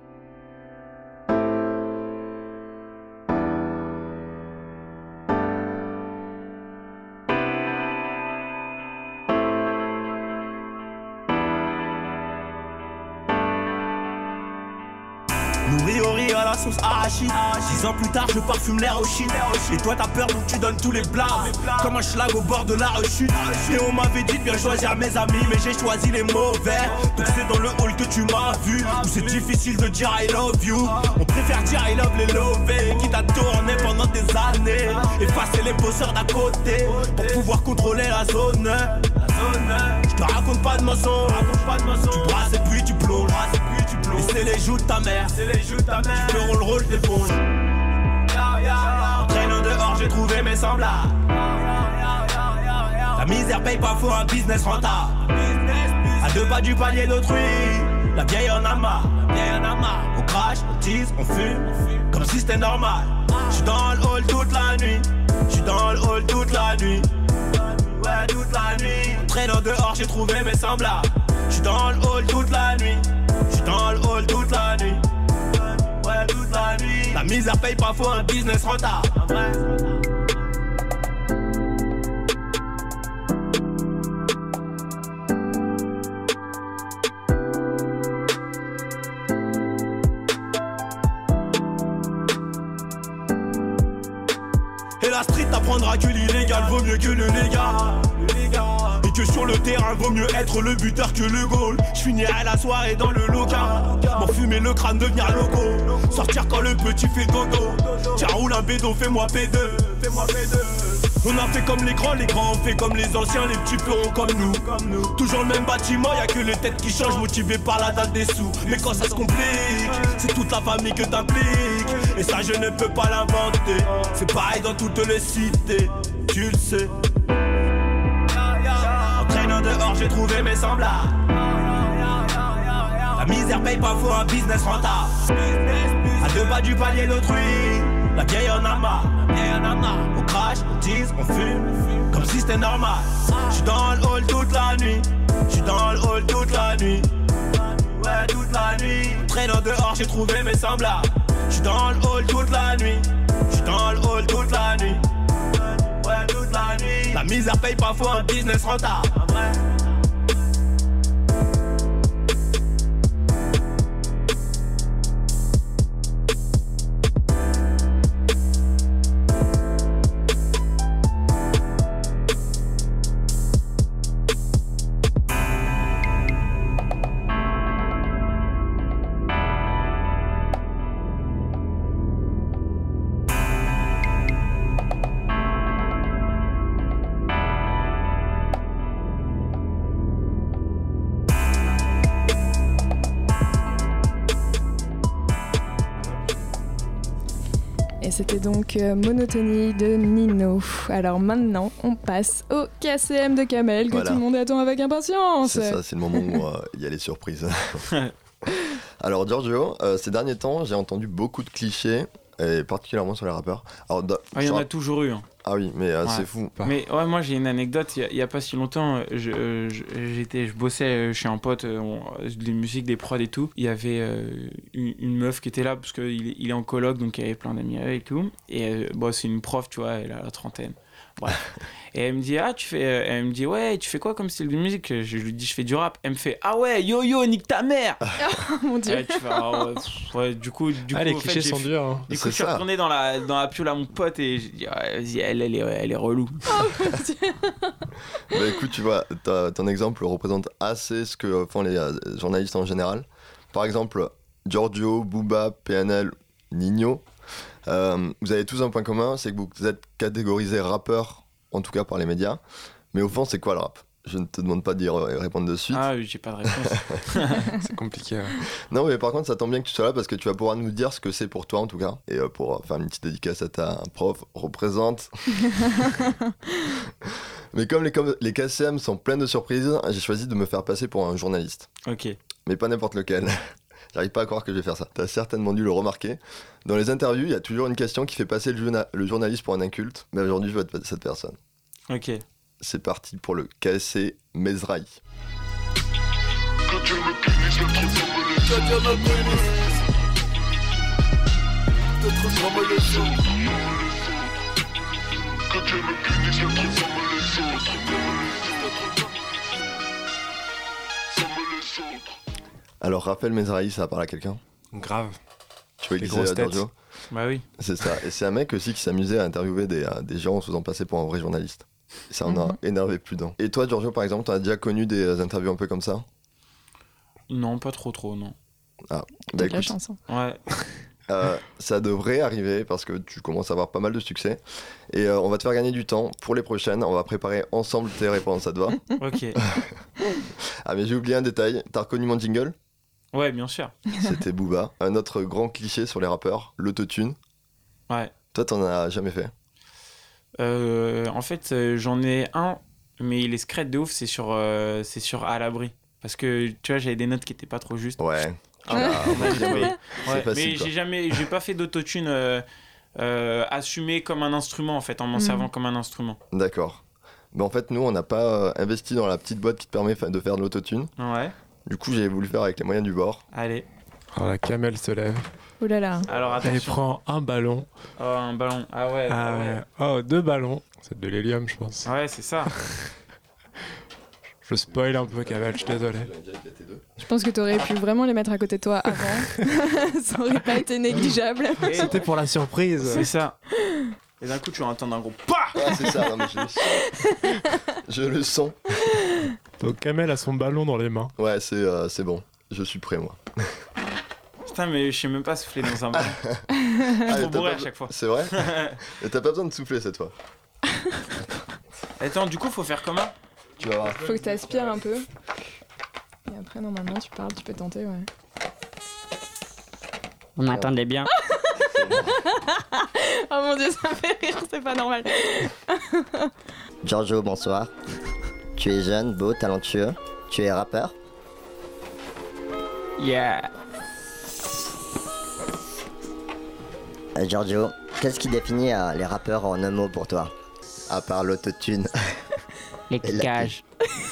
Nourri au riz à la sauce arachide. Dix ans plus tard, je parfume l'air au Chine. Et toi, t'as peur donc tu donnes tous les blagues. Comme un schlag au bord de la rechute. Et on m'avait dit de bien choisir mes amis, mais j'ai choisi les mauvais. Donc c'est dans le hall que tu m'as vu, où c'est difficile de dire I love you. On préfère dire I love les lovés, qui t'a tourné pendant des années. Effacer les bosseurs d'à côté, pour pouvoir contrôler la zone. Je te raconte pas de mensonges, tu brasses et puis tu plonges. Et c'est les joues de ta mère, c'est les joues de ta mère. Tu feras le rôle d'éponge. En traînant dehors, j'ai trouvé mes semblables. La misère paye pas, faut un business rentable. À deux pas du palier d'autrui, la vieille en a marre. On crache, on tease, on fume, comme si c'était normal. J'suis dans le hall toute la nuit, j'suis dans le hall toute la nuit. Ouais, toute la nuit. En traînant dehors, j'ai trouvé mes semblables. J'suis dans le hall toute la nuit. J'suis dans le hall toute la nuit. Ouais, toute la nuit. La misère paye pas, faut un business rentable. Et la street t'apprendra que l'illégal vaut mieux que le légal. Et que sur le terrain vaut mieux être le buteur que le goal. J'finirai la soirée dans le local, m'enfumer le crâne, devenir loco. Sortir quand le petit fait dodo. Tiens, roule un bédo, fais-moi P deux. On a fait comme les grands, les grands ont fait comme les anciens. Les petits feront comme nous. Toujours le même bâtiment, y'a que les têtes qui changent, motivées par la dalle des sous. Mais quand ça se complique, c'est toute la famille que t'impliques. Et ça je ne peux pas l'inventer. C'est pareil dans toutes les cités, tu le sais. En traînant dehors, j'ai trouvé mes semblables. La misère paye pas, faut un business rentable. À deux pas du palier d'autrui, la vieille en a marre. On crache, on tease, on fume, comme si c'était normal. J'suis dans le hall toute la nuit, j'suis dans le hall toute la nuit. Ouais, toute la nuit. En traînant dehors, j'ai trouvé mes semblables. J'suis dans le hall toute la nuit, j'suis dans le hall toute la nuit. Ouais, toute la nuit. La misère paye pas, faut un business rentable. C'était donc euh, Monotonie de Nino. Alors maintenant, on passe au K C M de Kamel, que voilà. Tout le monde attend avec impatience. C'est ça, c'est le moment où il euh, y a les surprises. Alors Giorgio, euh, ces derniers temps, j'ai entendu beaucoup de clichés, et particulièrement sur les rappeurs. Alors, da- ah, il y en a toujours eu. Hein. Ah oui, mais euh, ouais. c'est fou. Mais ouais, moi j'ai une anecdote. Il y, y a pas si longtemps, je, euh, je, j'étais, je bossais chez un pote, on, des musiques, des prods et tout. Il y avait euh, une, une meuf qui était là parce qu'il il est en coloc, donc il y avait plein d'amis avec et tout. Et euh, bon, c'est une prof, tu vois, elle a la trentaine. Bref. Et elle me dit, ah, tu fais. Elle me dit, ouais, tu fais quoi comme style de musique? Je, je lui dis, je fais du rap. Elle me fait, ah ouais, yo yo, nique ta mère. Oh mon dieu. Ouais, tu fais, ah, ouais, ouais, du coup, du ah, coup, les en clichés fait, sont fait, durs. Hein. Du coup, je suis retourné dans la, dans la piole à mon pote et j'ai dit, ah, vas-y, elle, elle, est, elle est relou. Oh mon dieu. Bah écoute, tu vois, ta, ton exemple représente assez ce que font les euh, journalistes en général. Par exemple, Giorgio, Booba, P N L Nino. Euh, vous avez tous un point commun, c'est que vous êtes catégorisés rappeurs, en tout cas par les médias. Mais au fond, c'est quoi le rap ? Je ne te demande pas d'y répondre de suite. Ah oui, j'ai pas de réponse. C'est compliqué. Ouais. Non, mais par contre, ça tombe bien que tu sois là parce que tu vas pouvoir nous dire ce que c'est pour toi, en tout cas. Et euh, pour euh, faire une petite dédicace à ta prof, représente. Mais comme les, comme les K C M sont pleins de surprises, j'ai choisi de me faire passer pour un journaliste. Ok. Mais pas n'importe lequel. J'arrive pas à croire que je vais faire ça. T'as certainement dû le remarquer. Dans les interviews, il y a toujours une question qui fait passer le, journa- le journaliste pour un inculte. Mais aujourd'hui, je vais être cette personne. Ok. C'est parti pour le K S C Mezrahi. Alors, Raphaël Mezrahi, ça parle à quelqu'un ? Grave. Tu vois, il Les disait grosses à Giorgio ? Bah oui. C'est ça. Et c'est un mec aussi qui s'amusait à interviewer des, euh, des gens en se faisant passer pour un vrai journaliste. Et ça en a Mhm. énervé plus d'un. Et toi, Giorgio, par exemple, t'en as déjà connu des euh, interviews un peu comme ça ? Non, pas trop trop, non. Bah, T'as de la écoute, chance. Hein. Ouais. euh, ça devrait arriver parce que tu commences à avoir pas mal de succès. Et euh, on va te faire gagner du temps pour les prochaines. On va préparer ensemble tes réponses, ça te va ? Ok. Ah, mais j'ai oublié un détail. T'as reconnu mon jingle ? Ouais, bien sûr. C'était Booba. Un autre grand cliché sur les rappeurs, l'autotune. Ouais. Toi, t'en as jamais fait ? Euh, en fait, euh, j'en ai un, mais il est secret de ouf, c'est sur, euh, c'est sur À l'abri. Parce que tu vois, j'avais des notes qui étaient pas trop justes. Ouais. Ah, on a bien mais, vu. ouais, C'est facile, mais quoi. j'ai jamais, j'ai pas fait d'autotune euh, euh, assumé comme un instrument en fait, en m'en Mhm. servant comme un instrument. D'accord. Mais en fait, nous, on n'a pas euh, investi dans la petite boîte qui te permet fa- de faire de l'autotune. Ouais. Du coup, j'ai voulu faire avec les moyens du bord. Allez. Alors la camelle se lève. Ouh là là. Alors Elle attention. prend un ballon. Oh, un ballon. Ah ouais. Ah ouais. Oh, deux ballons. C'est de l'hélium, je pense. Ouais, c'est ça. Je spoil un peu, Camel, je suis désolé. Je pense que t'aurais pu vraiment les mettre à côté de toi avant. Ça aurait pas été négligeable. Et C'était pour la surprise. c'est ça. Et d'un coup, tu vas entendre un gros PAH. Ah, c'est ça, non, mais je le sens. Je le sens. Donc Camel a son ballon dans les mains. Ouais, c'est euh, c'est bon. Je suis prêt, moi. Putain, mais je sais même pas souffler dans un ballon. Ah, Je t'as suis trop bourré pas à chaque fois. C'est vrai. Et t'as pas besoin de souffler cette fois. Attends, du coup, faut faire comment? Tu vas voir. Faut que t'aspires un peu. Et après, normalement, tu parles, tu peux tenter, ouais. Vous m'entendez bien? Oh mon dieu, ça me fait rire, c'est pas normal. Giorgio, bonsoir. Tu es jeune, beau, talentueux. Tu es rappeur. Yeah. Euh, Giorgio, qu'est-ce qui définit euh, les rappeurs en un mot pour toi? À part l'autotune. Les Et la- cliquages.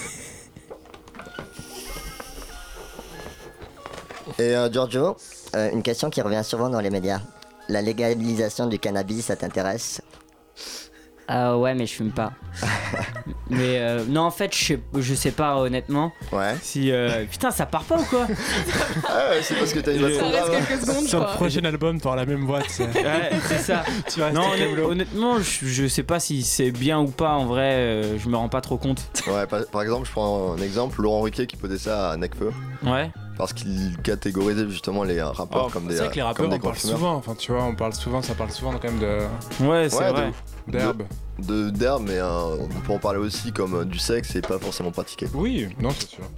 Et euh, Giorgio, euh, une question qui revient souvent dans les médias. La légalisation du cannabis, ça t'intéresse? Euh, ouais, mais je fume pas. Mais euh, non, en fait, je sais, je sais pas honnêtement. Ouais. Si euh, putain, ça part pas ou quoi? Ah ouais, c'est parce que t'as une voix Ça trop Ça reste grave. quelques secondes, je Sur le crois. prochain album, t'auras la même voix, tu sais. Ouais, c'est ça. Tu restes Non, au honnêt- tableau. honnêtement, je, je sais pas si c'est bien ou pas. En vrai, euh, je me rends pas trop compte. Ouais, par, par exemple, je prends un exemple, Laurent Ruquier qui posait ça à Necfeu. Ouais. Parce qu'il catégorisait justement les euh, rappeurs Oh, comme des c'est vrai que les euh, rappeurs comme des en parlent grands fumeurs. souvent. Enfin, tu vois, on parle souvent, ça parle souvent quand même de Ouais, c'est Ouais, vrai. de- d'herbe. de d'herbe, mais euh, on peut en parler aussi comme euh, du sexe et pas forcément pratiqué. Oui, non, c'est sûr.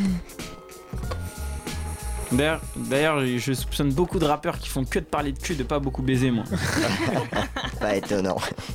D'ailleurs, d'ailleurs, je soupçonne beaucoup de rappeurs qui font que de parler de cul, de pas beaucoup baiser, moi. Pas étonnant.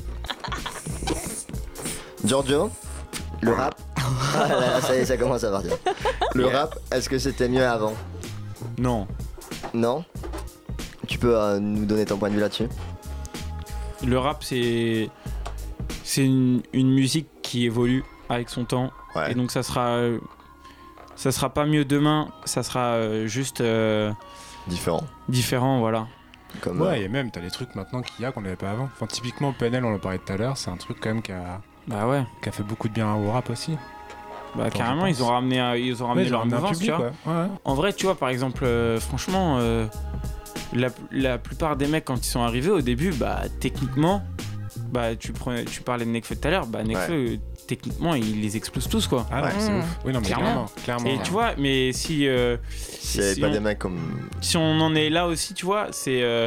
Giorgio, le rap. Ah là là, ça y est, ça commence à partir. Le Yeah. rap, est-ce que c'était mieux avant? Non. Non? Tu peux euh, nous donner ton point de vue là-dessus? Le rap, c'est c'est une, une musique qui évolue avec son temps. Ouais. Et donc ça sera euh, ça sera pas mieux demain, ça sera euh, juste euh, Différent. différent, voilà. Comme, Ouais, euh, et même, t'as les trucs maintenant qu'il y a qu'on n'avait pas avant. Enfin, typiquement, P N L, on en parlait tout à l'heure, c'est un truc quand même qui a, Bah ouais. qui a fait beaucoup de bien au rap aussi. Bah Enfin, carrément, je ils ont pense. ramené euh, ils ont ramené Ouais, leur ils ont ramené un mouvance, tu public, vois. ouais. Ouais, ouais. En vrai, tu vois, par exemple, euh, franchement, euh, la, la plupart des mecs, quand ils sont arrivés au début, bah, techniquement, bah, tu, prenais, tu parlais de Nekfeu tout à l'heure, bah, Nekfeu, euh, techniquement, il les explose tous, quoi. Ah non, Ouais. c'est Mmh. ouf. Oui, non, mais Clairement. clairement. clairement Et ouais. tu vois, mais si, euh, S'il n'y avait si pas on- des mecs comme. si on en est là aussi, tu vois, c'est. euh,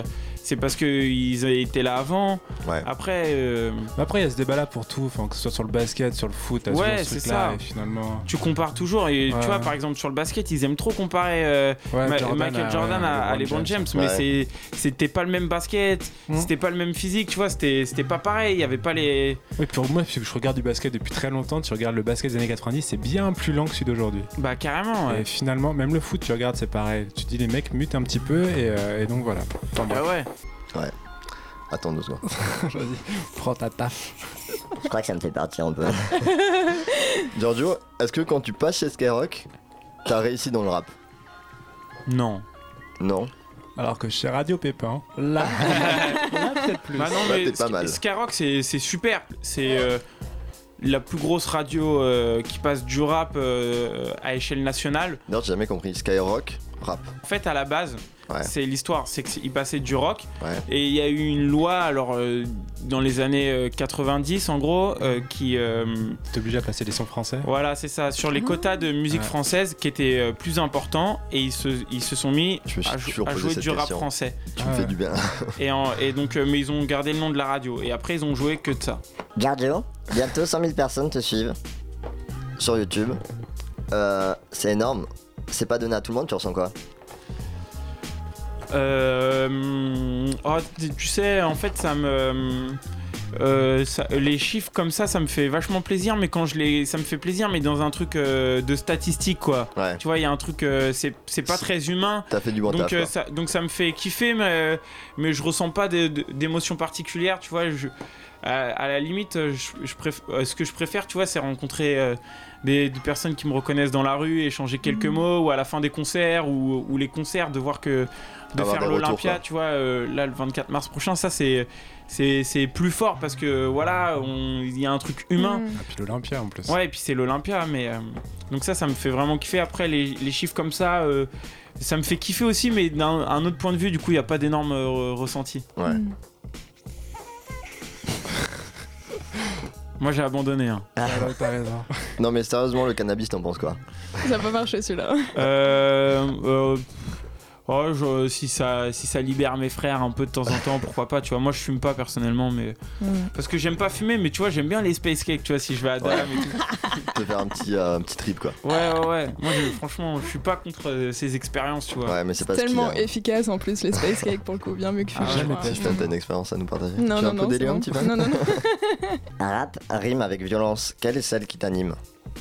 c'est parce qu'ils étaient là avant. Ouais. Après, euh, Après, il y a ce débat-là pour tout, enfin, que ce soit sur le basket, sur le foot, t'as Ouais, toujours ce c'est truc-là, ça. et finalement. tu compares toujours. Et Ouais. tu vois, par exemple, sur le basket, ils aiment trop comparer euh, Ouais, Ma- Jordan Michael à- Jordan ouais, à, à LeBron LeBron James. James. Mais Ouais. c'est, c'était pas le même basket, Mm. c'était pas le même physique, tu vois, c'était, c'était pas pareil. Il y avait pas les. Oui, pour moi, puisque je regarde du basket depuis très longtemps, tu regardes le basket des années quatre-vingt-dix, c'est bien plus lent que celui d'aujourd'hui. Bah, carrément. Ouais. Et finalement, même le foot, tu regardes, c'est pareil. Tu te dis, les mecs mutent un petit peu, et, euh, et donc voilà. Enfin, Ah bref. ouais. Attends deux secondes. Vas-y, prends ta taf. Je crois que ça me fait partir un peu. Giorgio, est-ce que quand tu passes chez Skyrock, t'as réussi dans le rap? Non. Non. Alors que chez Radio Pépin, là, là peut-être plus. Bah non, Bah, mais t'es pas Sk- mal. Skyrock, c'est, c'est super. C'est euh, la plus grosse radio euh, qui passe du rap euh, à échelle nationale. D'ailleurs, j'ai jamais compris. Skyrock, rap. En fait, à la base, Ouais. c'est l'histoire, c'est qu'il passait du rock. Ouais. Et il y a eu une loi, alors euh, dans les années euh, quatre-vingt-dix, en gros, euh, qui, euh, T'es obligé à passer des sons français. voilà, c'est ça, sur les quotas de musique Ouais. française qui étaient euh, plus importants, et ils se, ils se sont mis Je me suis à, jou- toujours à posé jouer cette du rap question. français. Tu Ah me fais ouais. du bien. Et, en- et donc, euh, mais ils ont gardé le nom de la radio. Et après, ils ont joué que de ça. Giorgio, bientôt cent mille personnes te suivent sur YouTube. Euh, c'est énorme. C'est pas donné à tout le monde, tu ressens quoi? Euh, oh, tu- tu sais, en fait, ça me. euh, ça- les chiffres comme ça, ça me fait vachement plaisir, mais quand je les. Ça me fait plaisir, mais dans un truc euh, de statistique, quoi. Ouais. Tu vois, il y a un truc. euh, c'est c'est pas très humain. T'as fait du bon Donc, taf. euh, quoi. ça, donc ça me fait kiffer, mais, mais je ressens pas de- de- d'émotion particulière, tu vois. Je, à, à la limite, je, je préf- euh, ce que je préfère, tu vois, c'est rencontrer euh, des, des personnes qui me reconnaissent dans la rue, échanger quelques mots, ou à la fin des concerts, ou, ou les concerts, de voir que de Avoir faire des retours, l'Olympia, quoi. tu vois, euh, là le vingt-quatre mars prochain, ça c'est c'est c'est plus fort parce que voilà, on- il y a un truc humain. Mm. Et puis l'Olympia en plus. Ouais, et puis c'est l'Olympia, mais euh, donc ça, ça me fait vraiment kiffer. Après, les, les chiffres comme ça, euh, ça me fait kiffer aussi, mais d'un un autre point de vue, du coup, il n'y a pas d'énormes euh, ressentis. Ouais. Mm. Moi, j'ai abandonné. Hein. Ah, ouais, t'as raison. Non, mais sérieusement, le cannabis, t'en penses quoi? Ça va pas marcher celui-là. Euh, euh, oh, je- si ça, si ça libère mes frères un peu de temps en temps, pourquoi pas, tu vois. Moi, je fume pas personnellement, mais Mm. parce que j'aime pas fumer, mais tu vois, j'aime bien les space cakes, tu vois, si je vais à Dame et tout. Te faire un petit, euh, un petit trip, quoi. Ouais, ouais, ouais. Moi, je- franchement, je suis pas contre euh, ces expériences, tu vois. Ouais, mais c'est pas ce qu'il y Tellement a. efficace en plus les space cakes pour le coup, bien mieux que Ah, fumer. jamais Ouais. testé. Putain, t'as une expérience à nous partager. Non, tu es non, un peu non, délire c'est un bon. petit peu? Non, non, non. Un rap, un rime avec violence. Quelle est celle qui t'anime?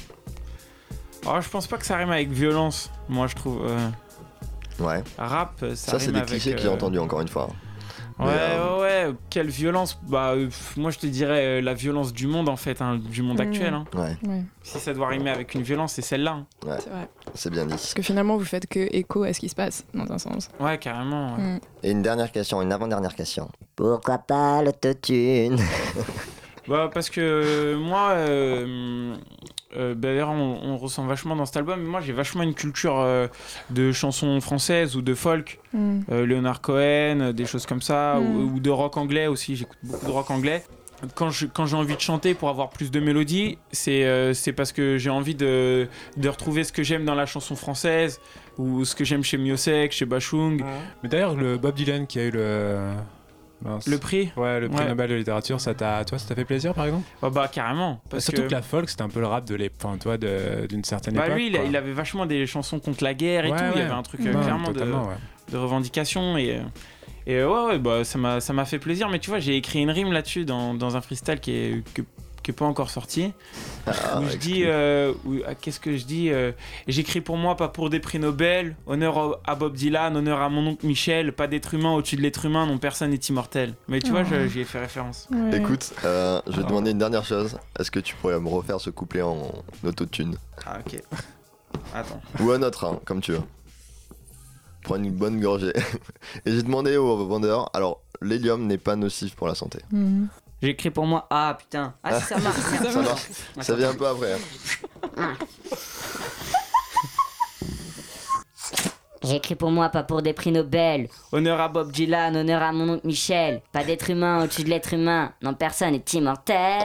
Oh, je pense pas que ça rime avec violence, moi, je trouve. euh, Ouais. Rap, ça, Ça, c'est rime des avec, clichés que j'ai euh, entendus encore une fois. Ouais, Mais, euh, ouais, ouais. Quelle violence. Bah, euh, pff, moi, je te dirais euh, la violence du monde, en fait, hein, du monde Mm. actuel. Hein. Ouais, Ouais, Si ça doit rimer avec une violence, c'est celle-là. hein. c'est vrai. c'est bien dit. Parce que finalement, vous faites que écho à ce qui se passe, dans un sens. Ouais, carrément. ouais. Mm. Et une dernière question, une avant-dernière question. Pourquoi pas l'autotune? Bah, parce que euh, moi, euh, euh, bah, d'ailleurs, on, on ressent vachement dans cet album, mais moi, j'ai vachement une culture euh, de chansons françaises ou de folk. Mm. Euh, Leonard Cohen, euh, des choses comme ça, Mm. ou, ou de rock anglais aussi, j'écoute beaucoup de rock anglais. Quand, je, quand j'ai envie de chanter pour avoir plus de mélodie, c'est euh, c'est parce que j'ai envie de, de retrouver ce que j'aime dans la chanson française, ou ce que j'aime chez Miosek, chez Bachung. Mais d'ailleurs, le Bob Dylan qui a eu le. Mince. Le prix, Ouais, le prix Ouais. Nobel de littérature, ça t'a, toi, ça t'a fait plaisir par exemple? bah, bah carrément. Parce Surtout que... que, la folk, c'était un peu le rap de l'époque, enfin, toi, de- d'une certaine bah, époque. lui, il, a- quoi. il avait vachement des chansons contre la guerre et Ouais, tout. Il y ouais. avait un truc euh, Ouais, clairement de, totalement, ouais. de revendication. Et, euh, et euh, ouais, ouais, bah, ça m'a ça m'a fait plaisir. Mais tu vois, j'ai écrit une rime là-dessus dans, dans un freestyle qui est, que- qui est pas encore sorti. Ah, où je exclu. dis, euh, où- ah, qu'est-ce que je dis euh, J'écris pour moi, pas pour des prix Nobel. Honneur au- à Bob Dylan, honneur à mon oncle Michel. Pas d'être humain au-dessus de l'être humain, non, personne n'est immortel. Mais tu vois, Oh. je- j'y ai fait référence. Ouais. Écoute, euh, je vais Ah. te demander une dernière chose. Est-ce que tu pourrais me refaire ce couplet en autotune? Ah, ok. Attends. Ou un autre, hein, comme tu veux. Prends une bonne gorgée. Et j'ai demandé au vendeur, alors l'hélium n'est pas nocif pour la santé. Mm. J'écris pour moi. Ah putain. Ah si ça marche. Ça marche. Ça vient un peu après. hein. J'écris pour moi, pas pour des prix Nobel. Honneur à Bob Dylan. Dylan, honneur à mon oncle Michel. Pas d'être humain au-dessus de l'être humain. Non, personne n'est immortel.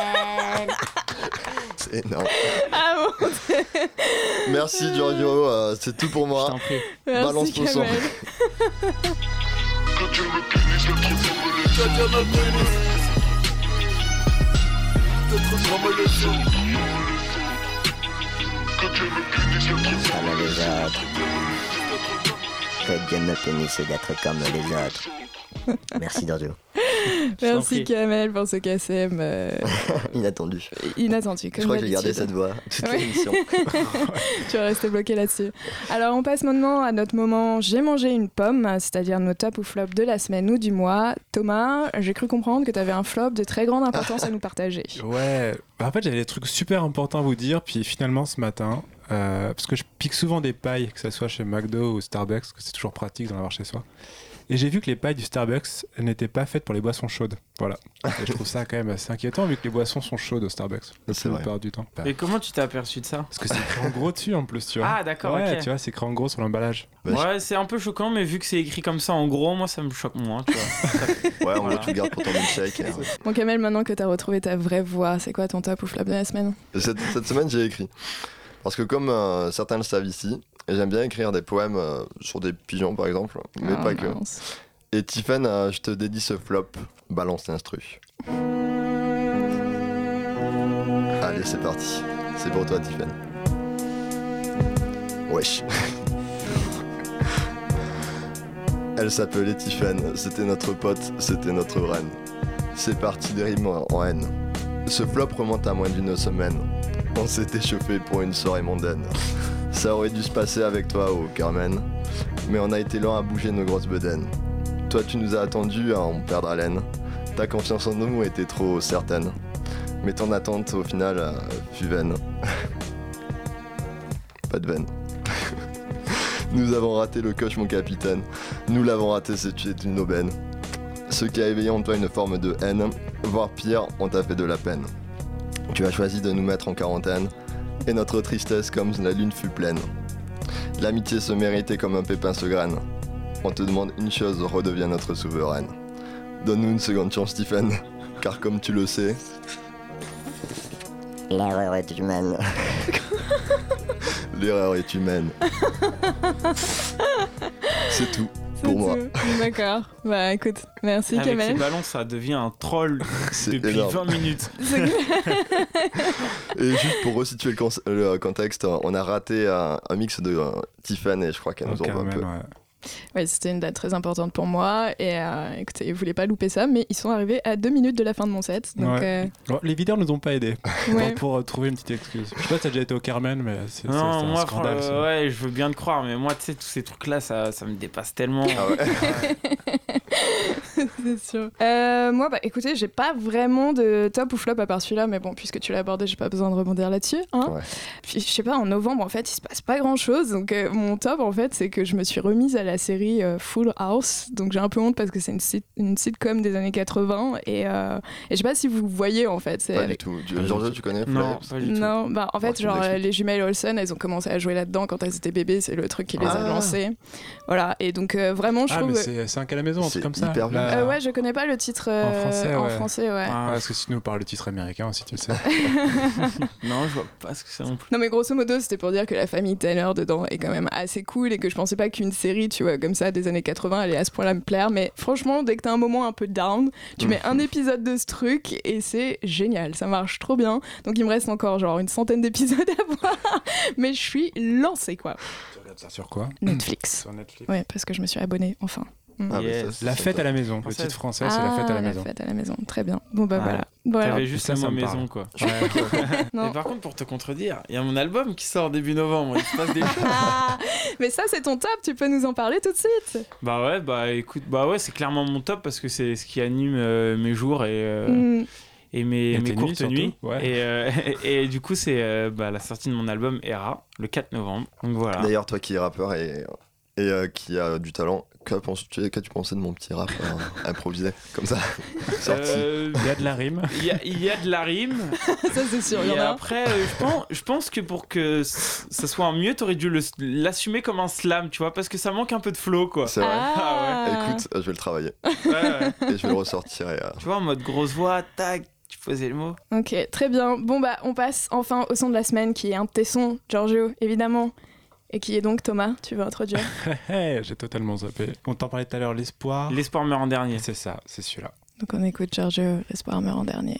C'est énorme. Ah bon, Merci Giorgio, euh, c'est tout pour Je moi. t'en prie. merci Balance ton son. Kamel. Quand tu me punis Comme les autres. Que Dieu me punisse d'être comme les autres. Merci Giorgio. Merci Kamel pour ce K S M. Euh... Inattendu. Inattendu, comme Je crois que j'ai d'habitude. gardé cette voix toute Ouais. l'émission. Tu vas rester bloqué là-dessus. Alors on passe maintenant à notre moment J'ai mangé une pomme, c'est-à-dire nos top ou flop de la semaine ou du mois. Thomas, j'ai cru comprendre que tu avais un flop de très grande importance à nous partager. Ouais, bah, en fait j'avais des trucs super importants à vous dire, puis finalement ce matin, euh, parce que je pique souvent des pailles, que ce soit chez McDo ou Starbucks, parce que c'est toujours pratique d'en avoir chez soi. Et j'ai vu que les pailles du Starbucks n'étaient pas faites pour les boissons chaudes. Voilà. Et je trouve ça quand même assez inquiétant vu que les boissons sont chaudes au Starbucks. C'est vrai. On perd du temps. Bah, Et comment tu t'es aperçu de ça? parce que c'est écrit en gros dessus en plus, tu vois. Ah, d'accord, Ouais, ok. tu vois, c'est écrit en gros sur l'emballage. Bah, Ouais, c'est un peu choquant, mais vu que c'est écrit comme ça en gros, moi ça me choque moins, tu vois. Ouais, en Voilà. gros, tu le gardes pour ton milkshake. et- Bon Kamel, maintenant que tu as retrouvé ta vraie voix, c'est quoi ton top ou flop de la semaine? Cette, cette semaine, j'ai écrit. Parce que comme euh, certains le savent ici, j'aime bien écrire des poèmes euh, sur des pigeons, par exemple, mais Ah, pas que. mince. Et Tiffen, euh, je te dédie ce flop. Balance l'instru. Allez, c'est parti. C'est pour toi, Tiffen. Wesh. Elle s'appelait Tiffen, c'était notre pote, c'était notre reine. C'est parti des rimes en haine. Ce flop remonte à moins d'une semaine. On s'était chauffé pour une soirée mondaine. Ça aurait dû se passer avec toi au Carmen, mais on a été lent à bouger nos grosses bedaines. Toi tu nous as attendus à en perdre haleine. Ta confiance en nous était trop certaine, mais ton attente au final euh, fut vaine. Pas de veine. Nous avons raté le coche mon capitaine. Nous l'avons raté, c'est une aubaine. Ce qui a éveillé en toi une forme de haine, voire pire, on t'a fait de la peine. Tu as choisi de nous mettre en quarantaine, et notre tristesse comme la lune fut pleine. L'amitié se méritait comme un pépin se graine. On te demande une chose, redeviens notre souveraine. Donne-nous une seconde chance, Stephen, car comme tu le sais, L'erreur est humaine. l'erreur est humaine. C'est tout C'est pour moi. tout. D'accord. Bah écoute, merci Avec ces Kamel. ballons, ça devient un troll C'est depuis énorme. vingt minutes. C'est clair. Et juste pour resituer le, con- le contexte, on a raté un, un mix de euh, Tiffen et je crois qu'elle nous en veut un Carmen, peu. ouais. Ouais, c'était une date très importante pour moi et euh, écoutez, ils voulaient pas louper ça, mais ils sont arrivés à deux minutes de la fin de mon set. Donc Ouais. Bon, les videurs nous ont pas aidés euh, ouais. pour, pour, euh, trouver une petite excuse. Je sais pas si t'as déjà été au Carmen, mais c'est c'est- c'est Non, un moi, scandale. fr- ça. euh, ouais, je veux bien te croire, mais moi, tu sais, tous ces trucs-là, ça, ça me dépasse tellement. Ah ouais. C'est sûr. Euh, moi, bah écoutez, j'ai pas vraiment de top ou flop à part celui-là, mais bon, puisque tu l'as abordé, j'ai pas besoin de rebondir là-dessus. Hein. Ouais. Puis je sais pas, en novembre, en fait, il se passe pas grand-chose. Donc euh, mon top, en fait, c'est que je me suis remise à la série euh, Full House. Donc j'ai un peu honte parce que c'est une, sit- une sitcom des années quatre-vingts et, euh, et je sais pas si vous voyez en fait. C'est Pas avec- du tout. Tu- Giorgio, tu connais Non, Flair pas du tout. Non, bah en Bon, fait, tu nous genre euh, expliques. les jumelles Olsen, elles ont commencé à jouer là-dedans quand elles étaient bébés. C'est le truc qui les a Ah. lancées. Voilà. Et donc euh, vraiment, je Ah, trouve. mais c'est cinq à la maison, un C'est truc comme ça. hyper vieux. Là- Euh, ouais, je connais pas le titre euh, En français, en ouais. français, ouais. Ah, Ouais, parce que si tu nous parles le titre américain aussi, tu le sais. non, je vois pas ce que c'est non plus. Non mais grosso modo c'était pour dire que la famille Tanner dedans est quand même assez cool et que je pensais pas qu'une série tu vois comme ça des années quatre-vingts allait à ce point là me plaire, mais franchement dès que t'as un moment un peu down tu mets un épisode de ce truc et c'est génial, ça marche trop bien. Donc il me reste encore genre une centaine d'épisodes à voir mais je suis lancée quoi. Tu regardes ça sur quoi? Netflix. Sur Netflix. Ouais parce que je me suis abonnée enfin. Ah, mais Yes. ça, c'est La fête sympa. à la maison. Le Française. titre français, c'est la fête à la Ah, maison. La fête à la maison, très bien. Bon bah Ouais. voilà. Voilà. T'avais juste ça, le ça mot me parle. maison, quoi. Ouais. Non. Et par contre, pour te contredire, il y a mon album qui sort début novembre. Il se passe des choses. Ah, mais ça c'est ton top, tu peux nous en parler tout de suite. Bah ouais, bah écoute, bah ouais, c'est clairement mon top parce que c'est ce qui anime euh, mes jours et, euh, Mm. et mes, Et mes tes nuits, courtes surtout, nuits. ouais. Et, euh, et, et du coup, c'est euh, bah, la sortie de mon album Era le quatre novembre. Donc voilà. D'ailleurs, toi qui es rappeur et, et euh, qui a du talent, que penses-tu, qu'as-tu pensé de mon petit rap euh, improvisé comme ça sorti Euh, Il y a de la rime. Il y, a- il y a de la rime. Ça c'est sûr, il y Et en a. après, euh, je pense, je pense que pour que c- ça soit un mieux, t'aurais dû le- l'assumer comme un slam, tu vois, parce que ça manque un peu de flow, quoi. C'est vrai. Ah. Écoute, euh, je vais le travailler Ouais, ouais. et je vais le ressortir. Et, euh, Tu vois, en mode grosse voix, tac, tu posais le mot. Ok, très bien. Bon bah on passe enfin au son de la semaine qui est un de tes sons, Giorgio, évidemment. Et qui est donc Thomas, tu veux introduire? J'ai totalement zappé. On t'en parlait tout à l'heure, l'espoir. L'espoir meurt en dernier. C'est ça, c'est celui-là. Donc on écoute Giorgio, l'espoir meurt en dernier.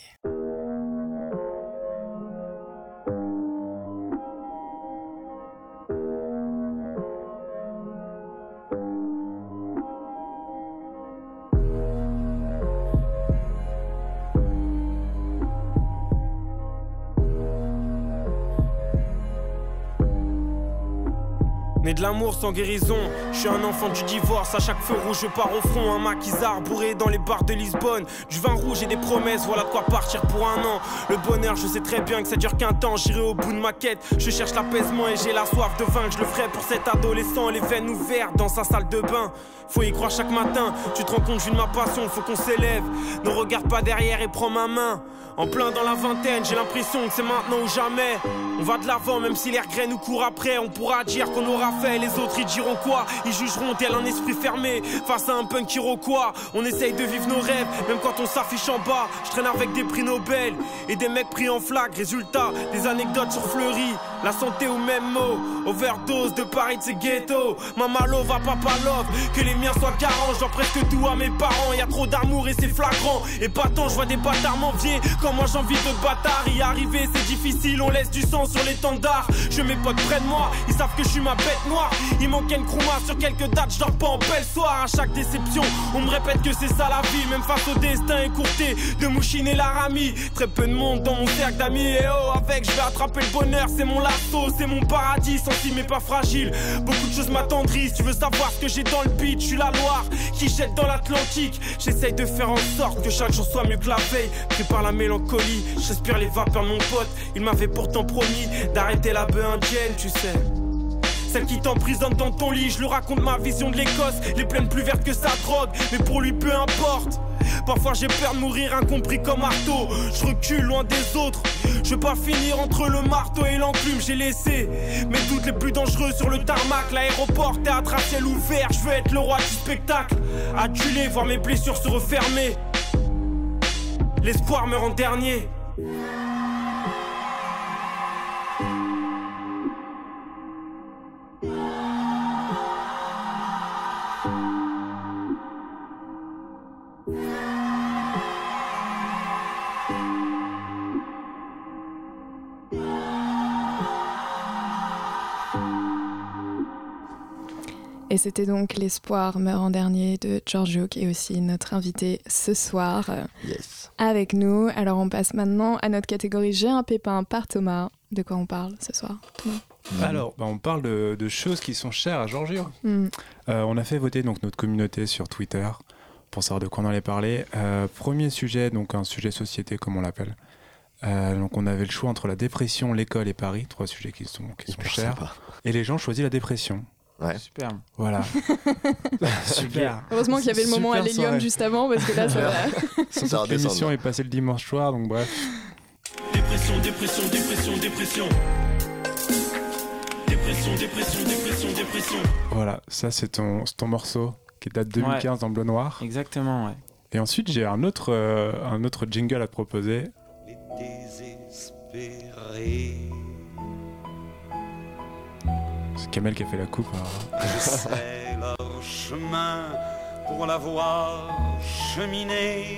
Né de l'amour sans guérison, je suis un enfant du divorce. À chaque feu rouge je pars au front. Un maquisard bourré dans les bars de Lisbonne. Du vin rouge et des promesses, voilà de quoi partir pour un an. Le bonheur, je sais très bien que ça dure qu'un temps. J'irai au bout de ma quête, je cherche l'apaisement et j'ai la soif de vaincre. Je le ferai pour cet adolescent, les veines ouvertes dans sa salle de bain. Faut y croire chaque matin, tu te rends compte, je vis de ma passion, faut qu'on s'élève. Ne regarde pas derrière et prends ma main. En plein dans la vingtaine, j'ai l'impression que c'est maintenant ou jamais. On va de l'avant, même si les regrets nous courent après. On pourra dire qu'on aura fait, les autres ils diront quoi? Ils jugeront tel un esprit fermé face à un punk iroquois. On essaye de vivre nos rêves, même quand on s'affiche en bas. Je traîne avec des prix Nobel et des mecs pris en flag. Résultat, des anecdotes sur Fleury, la santé au même mot. Overdose de Paris de ces ghettos. Maman love à papa love, que les miens soient carents. Je dois presque tout à mes parents, y a trop d'amour et c'est flagrant. Et pas tant, je vois des bâtards m'envier. Quand moi j'ai envie de bâtard, y arriver c'est difficile, on laisse du sang sur l'étendard. Je mets potes près de moi, ils savent que je suis ma bête noire. Il manquait une crouma sur quelques dates, je dors pas en belle soir. À chaque déception, on me répète que c'est ça la vie. Même face au destin écourté de Mouchine et Laramie. Très peu de monde dans mon cercle d'amis. Et oh, avec je vais attraper le bonheur, c'est mon lasso, c'est mon paradis. Sensi mais pas fragile, beaucoup de choses m'attendrissent. Tu veux savoir ce que j'ai dans le beat, je suis la Loire qui jette dans l'Atlantique. J'essaye de faire en sorte que chaque jour soit mieux que la veille. Pris par la mélancolie, j'aspire les vapeurs de mon pote. Il m'avait pourtant promis d'arrêter la bœuf indienne, tu sais. Celle qui t'emprisonne dans ton lit, je lui raconte ma vision de l'Écosse. Les plaines plus vertes que sa drogue, mais pour lui peu importe. Parfois j'ai peur de mourir incompris comme marteau. Je recule loin des autres. Je veux pas finir entre le marteau et l'enclume. J'ai laissé mes doutes les plus dangereux sur le tarmac. L'aéroport, théâtre à ciel ouvert. Je veux être le roi du spectacle. Adulé, voir mes blessures se refermer. L'espoir meurt en dernier. Et c'était donc l'espoir meurt en dernier de Giorgio, qui est aussi notre invité ce soir yes. avec nous. Alors on passe maintenant à notre catégorie J'ai un pépin par Thomas. De quoi on parle ce soir, Thomas? Alors, bah on parle de, de choses qui sont chères à Giorgio. Mm. Euh, on a fait voter donc notre communauté sur Twitter pour savoir de quoi on allait parler. Euh, premier sujet, donc un sujet société comme on l'appelle. Euh, donc on avait le choix entre la dépression, l'école et Paris, trois sujets qui sont, qui sont chers. Sympa. Et les gens ont choisi la dépression. Ouais. Super. Voilà. Super. Heureusement qu'il y avait le moment à l'hélium juste avant, parce que là, ça va. Surtout que l'émission est passée le dimanche soir, donc bref. Dépression, dépression, dépression, dépression. Dépression, dépression, dépression, dépression. Voilà, ça c'est ton, c'est ton morceau qui date de deux mille quinze ouais. en bleu noir. Exactement, ouais. Et ensuite, j'ai un autre, euh, un autre jingle à te proposer. Les désespérés. C'est Kamel qui a fait la coupe. Alors. Je sais leur chemin pour la voir cheminer.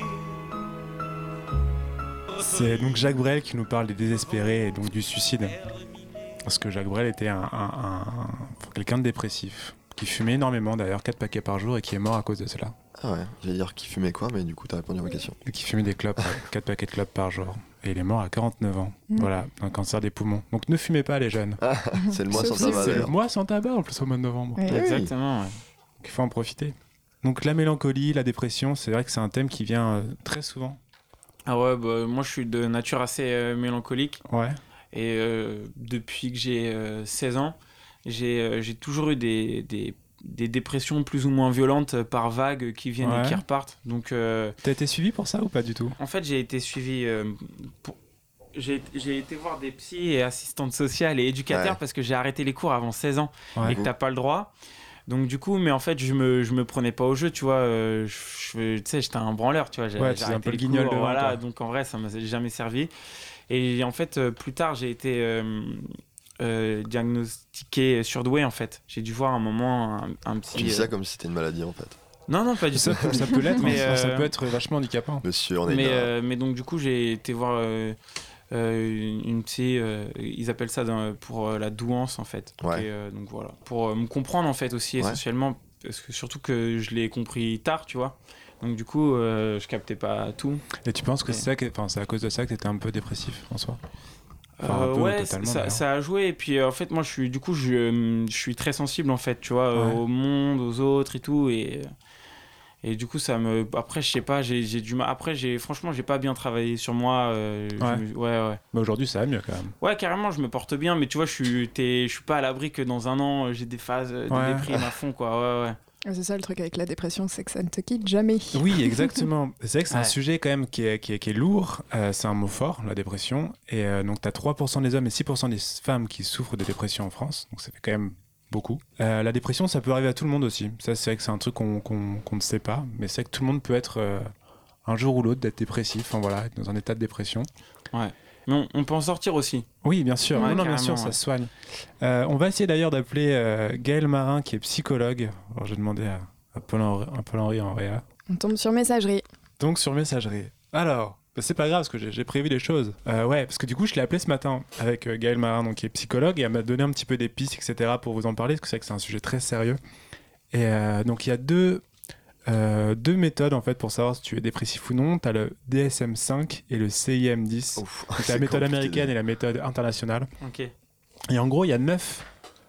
C'est donc Jacques Brel qui nous parle des désespérés et donc du suicide. Parce que Jacques Brel était un, un, un, un, quelqu'un de dépressif, qui fumait énormément d'ailleurs, quatre paquets par jour et qui est mort à cause de cela. Ah ouais, j'allais dire qui fumait quoi, mais du coup t'as répondu à ma question. Et qui fumait des clopes, quatre paquets de clopes par jour. Et il est mort à quarante-neuf ans. Mmh. Voilà, un cancer des poumons. Donc ne fumez pas les jeunes. Ah, c'est le mois sans tabac. C'est le mois sans tabac en plus au mois de novembre. Oui. Exactement, ouais. Il faut en profiter. Donc la mélancolie, la dépression, c'est vrai que c'est un thème qui vient euh, très souvent. Ah ouais, bah, moi je suis de nature assez euh, mélancolique. Ouais. Et euh, depuis que j'ai euh, seize ans, j'ai, euh, j'ai toujours eu des, des, des dépressions plus ou moins violentes par vagues qui viennent ouais. et qui repartent. Donc, euh, t'as été suivi pour ça ou pas du tout? En fait, j'ai été suivi... Euh, pour... j'ai, j'ai été voir des psys et assistantes sociales et éducateurs ouais. parce que j'ai arrêté les cours avant seize ans ouais. et que t'as pas le droit. Donc du coup, mais en fait, je me, je me prenais pas au jeu, tu vois. Euh, je, tu sais, j'étais un branleur, tu vois. J'ai, ouais, j'ai arrêté un peu le guignol devant, voilà. toi. Donc en vrai, ça m'a jamais servi. Et en fait, euh, plus tard, j'ai été, euh, euh, diagnostiqué surdoué en fait. J'ai dû voir un moment un, un psy. Tu dis euh, ça comme si c'était une maladie en fait. Non, non, pas du tout. Ça, peut- ça peut l'être, mais Mais, euh, ça peut être vachement handicapant. Monsieur, on est Mais, là. euh, mais donc du coup j'ai été voir euh, euh, une, une psy, euh, ils appellent ça dans- pour euh, la douance en fait. Ouais. Et, euh, donc voilà, pour euh, me comprendre en fait aussi Ouais. essentiellement, parce que surtout que je l'ai compris tard, tu vois. Donc du coup euh, je captais pas tout. Et tu penses que Et- c'est ça que- enfin, c'est à cause de ça que t'étais un peu dépressif en soi? Enfin, un Euh, peu ou ouais, totalement, ça, d'ailleurs. ça a joué. Et puis euh, en fait moi je suis du coup je, je suis très sensible en fait, tu vois, euh, Ouais. au monde, aux autres et tout. Et Et du coup, ça me. Après, je sais pas, j'ai, j'ai du mal. Après, j'ai... franchement, j'ai pas bien travaillé sur moi. euh, je Ouais. me- ouais, ouais. Bah, aujourd'hui, ça va mieux quand même. Ouais, carrément, je me porte bien, mais tu vois, je suis, t'es... je suis pas à l'abri que dans un an, j'ai des phases de Ouais. déprime à fond, quoi. Ouais, ouais. Ah, c'est ça le truc avec la dépression, c'est que ça ne te quitte jamais. Oui, exactement. C'est vrai que c'est un Ouais. sujet quand même qui est, qui est, qui est lourd. Euh, c'est un mot fort, la dépression. Et euh, donc, tu as trois pour cent des hommes et six pour cent des femmes qui souffrent de dépression en France. Donc, ça fait quand même beaucoup. Euh, la dépression, ça peut arriver à tout le monde aussi. Ça, c'est vrai que c'est un truc qu'on, qu'on, qu'on ne sait pas. Mais c'est vrai que tout le monde peut être, euh, un jour ou l'autre, d'être dépressif. Enfin, voilà, être dans un état de dépression. Ouais. Mais on, on peut en sortir aussi. Oui, bien sûr. Ouais, non, non, bien carrément, sûr, ça ouais. se soigne. Euh, on va essayer d'ailleurs d'appeler euh, Gaël Marin, qui est psychologue. Alors, j'ai demandé à, à Paul-Henri, à Paul-Henri en réa. On tombe sur messagerie. Donc sur messagerie. Alors, bah, c'est pas grave parce que j'ai, j'ai prévu des choses. Euh, ouais, parce que du coup, je l'ai appelé ce matin avec euh, Gaël Marin, donc, qui est psychologue, et elle m'a donné un petit peu des pistes, et cetera pour vous en parler, parce que c'est vrai que c'est un sujet très sérieux. Et euh, donc, il y a deux, euh, deux méthodes en fait pour savoir si tu es dépressif ou non. Tu as le D S M cinq et le C I M dix. Ouf, Donc, c'est la méthode compliqué, américaine déjà. et la méthode internationale. Ok. Et en gros, il y a neuf,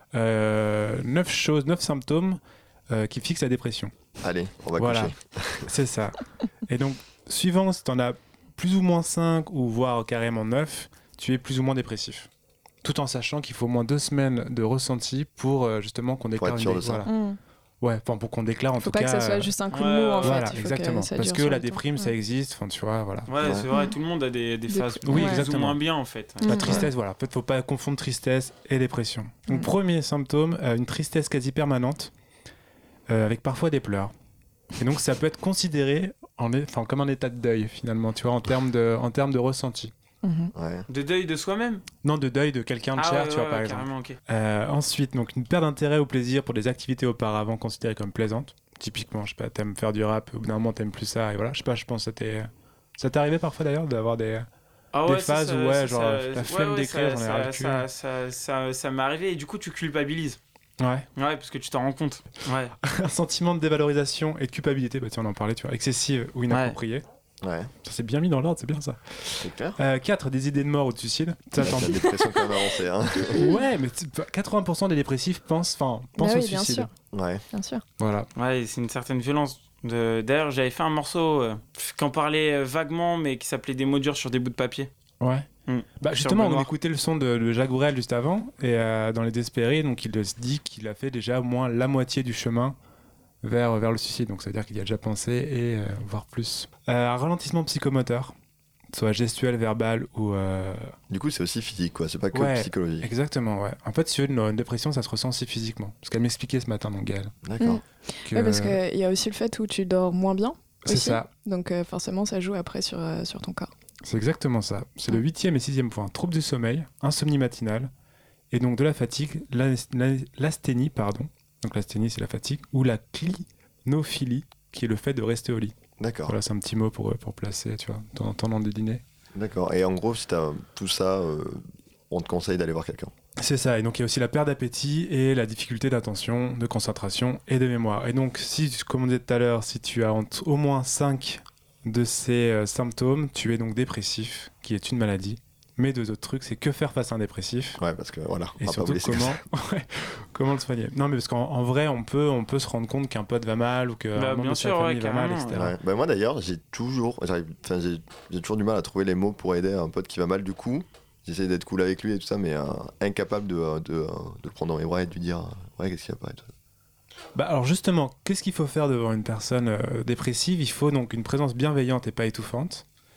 euh, neuf choses, neuf symptômes euh, qui fixent la dépression. Allez, on va Voilà. coucher. C'est ça. Et donc, suivant si tu en as plus ou moins cinq ou voire carrément neuf, tu es plus ou moins dépressif. Tout en sachant qu'il faut au moins deux semaines de ressenti pour euh, justement qu'on déclare être sûr une de ça. voilà. Mm. Ouais, enfin pour qu'on déclare en Faut tout pas cas. que ça soit euh, juste un coup de ouais, mot en Voilà, fait. Il faut exactement. Que ça Parce dure que sur la le temps. déprime, ça Ouais. existe. Enfin, tu vois, voilà. Ouais, Ouais. c'est vrai, Mm. tout le monde a des, des Des- phases Oui, plus exactement. ou moins bien, en fait. Mm. La tristesse, voilà. En fait, faut pas confondre tristesse et dépression. Donc, Mm. premier symptôme, euh, une tristesse quasi permanente, euh, avec parfois des pleurs. Et donc, ça peut être considéré en, é- enfin, comme un état de deuil, finalement, tu vois, en termes de, en termes de ressenti. Mhm. Ouais. De deuil de soi-même. Non, de deuil de quelqu'un de Ah cher, ouais, tu ouais, vois, par ouais, exemple. carrément, ok. Euh, ensuite, donc, une perte d'intérêt au plaisir pour des activités auparavant considérées comme plaisantes. Typiquement, je sais pas, t'aimes faire du rap, au bout d'un moment, t'aimes plus ça, et voilà. Je sais pas, je pense que ça t'est... Ça t'est arrivé parfois d'ailleurs d'avoir des... Ah Des ouais, ça, phases ça, où, ouais, ça, genre, ça- la ouais, flemme ouais, d'écrire, ça- j'en ai ça- ras le cul. ça, ça, ça, ça m'est arrivé et du coup tu culpabilises. Ouais. Ouais, parce que tu t'en rends compte. Ouais. Un sentiment de dévalorisation et de culpabilité, bah tiens, on en parlait, tu vois, excessive ou inappropriée. Ouais, Ça c'est bien mis dans l'ordre, c'est bien ça. c'est clair. quatre des idées de mort ou de suicide. Ça, La t'en- dépression quand même avancée, hein. ouais, mais c'est- quatre-vingts pour cent des dépressifs pensent, enfin, pensent Bah au oui, bien suicide. sûr. Ouais. Bien sûr. Voilà. Ouais, c'est une certaine violence. De... D'ailleurs, j'avais fait un morceau euh, qu'on parlait euh, vaguement, mais qui s'appelait Des mots durs sur des bouts de papier. Ouais. Mm. Bah Sur justement, le on noir. écoutait le son de, de Jacques Brel juste avant, et euh, dans Les Désespérés, donc il se dit qu'il a fait déjà au moins la moitié du chemin vers, vers le suicide. Donc ça veut dire qu'il y a déjà pensé, et euh, voire plus. Euh, un ralentissement psychomoteur, soit gestuel, verbal ou... euh, Du coup, c'est aussi physique, quoi. C'est pas que Ouais. psychologique. Exactement, ouais. En fait, si tu veux, une, une dépression, ça se ressent aussi physiquement. Parce qu'elle m'expliquait ce matin, donc Gaëlle. D'accord. Mm. que- Ouais, parce qu'il y a aussi le fait où tu dors moins bien. C'est aussi. ça. Donc euh, forcément, ça joue après sur, euh, sur ton corps. C'est exactement ça. C'est le huitième et sixième point. Trouble du sommeil, insomnie matinale, et donc de la fatigue, l'as- l'as- l'asthénie, pardon. Donc l'asthénie, c'est la fatigue, ou la clinophilie, qui est le fait de rester au lit. D'accord. Voilà, c'est un petit mot pour, pour placer, tu vois, de temps en temps dans des dîners. D'accord. Et en gros, si t'as tout ça, euh, on te conseille d'aller voir quelqu'un. C'est ça, et donc il y a aussi la perte d'appétit et la difficulté d'attention, de concentration et de mémoire. Et donc, si, comme on disait tout à l'heure, si tu as entre- au moins cinq de ces euh, symptômes, tu es donc dépressif, qui est une maladie. Mais deux autres trucs, c'est que faire face à un dépressif. Ouais, parce que voilà, on Et va pas surtout, vous laisser comme comment, ça. ouais, comment le soigner. Non, mais parce qu'en en vrai, on peut, on peut se rendre compte qu'un pote va mal ou qu'un Bah, membre bien de sa sûr, famille ouais, va mal, carrément. et cetera. Ouais. Bah, moi d'ailleurs, j'ai toujours, j'arrive- enfin, j'ai, j'ai toujours du mal à trouver les mots pour aider un pote qui va mal. Du coup, j'essaie d'être cool avec lui et tout ça, mais euh, incapable de, euh, de, euh, de le prendre dans mes bras et de lui dire euh, ouais, qu'est-ce qu'il y a pas et tout. Bah, alors justement, qu'est-ce qu'il faut faire devant une personne euh, dépressive ? Il faut donc une présence bienveillante et pas étouffante.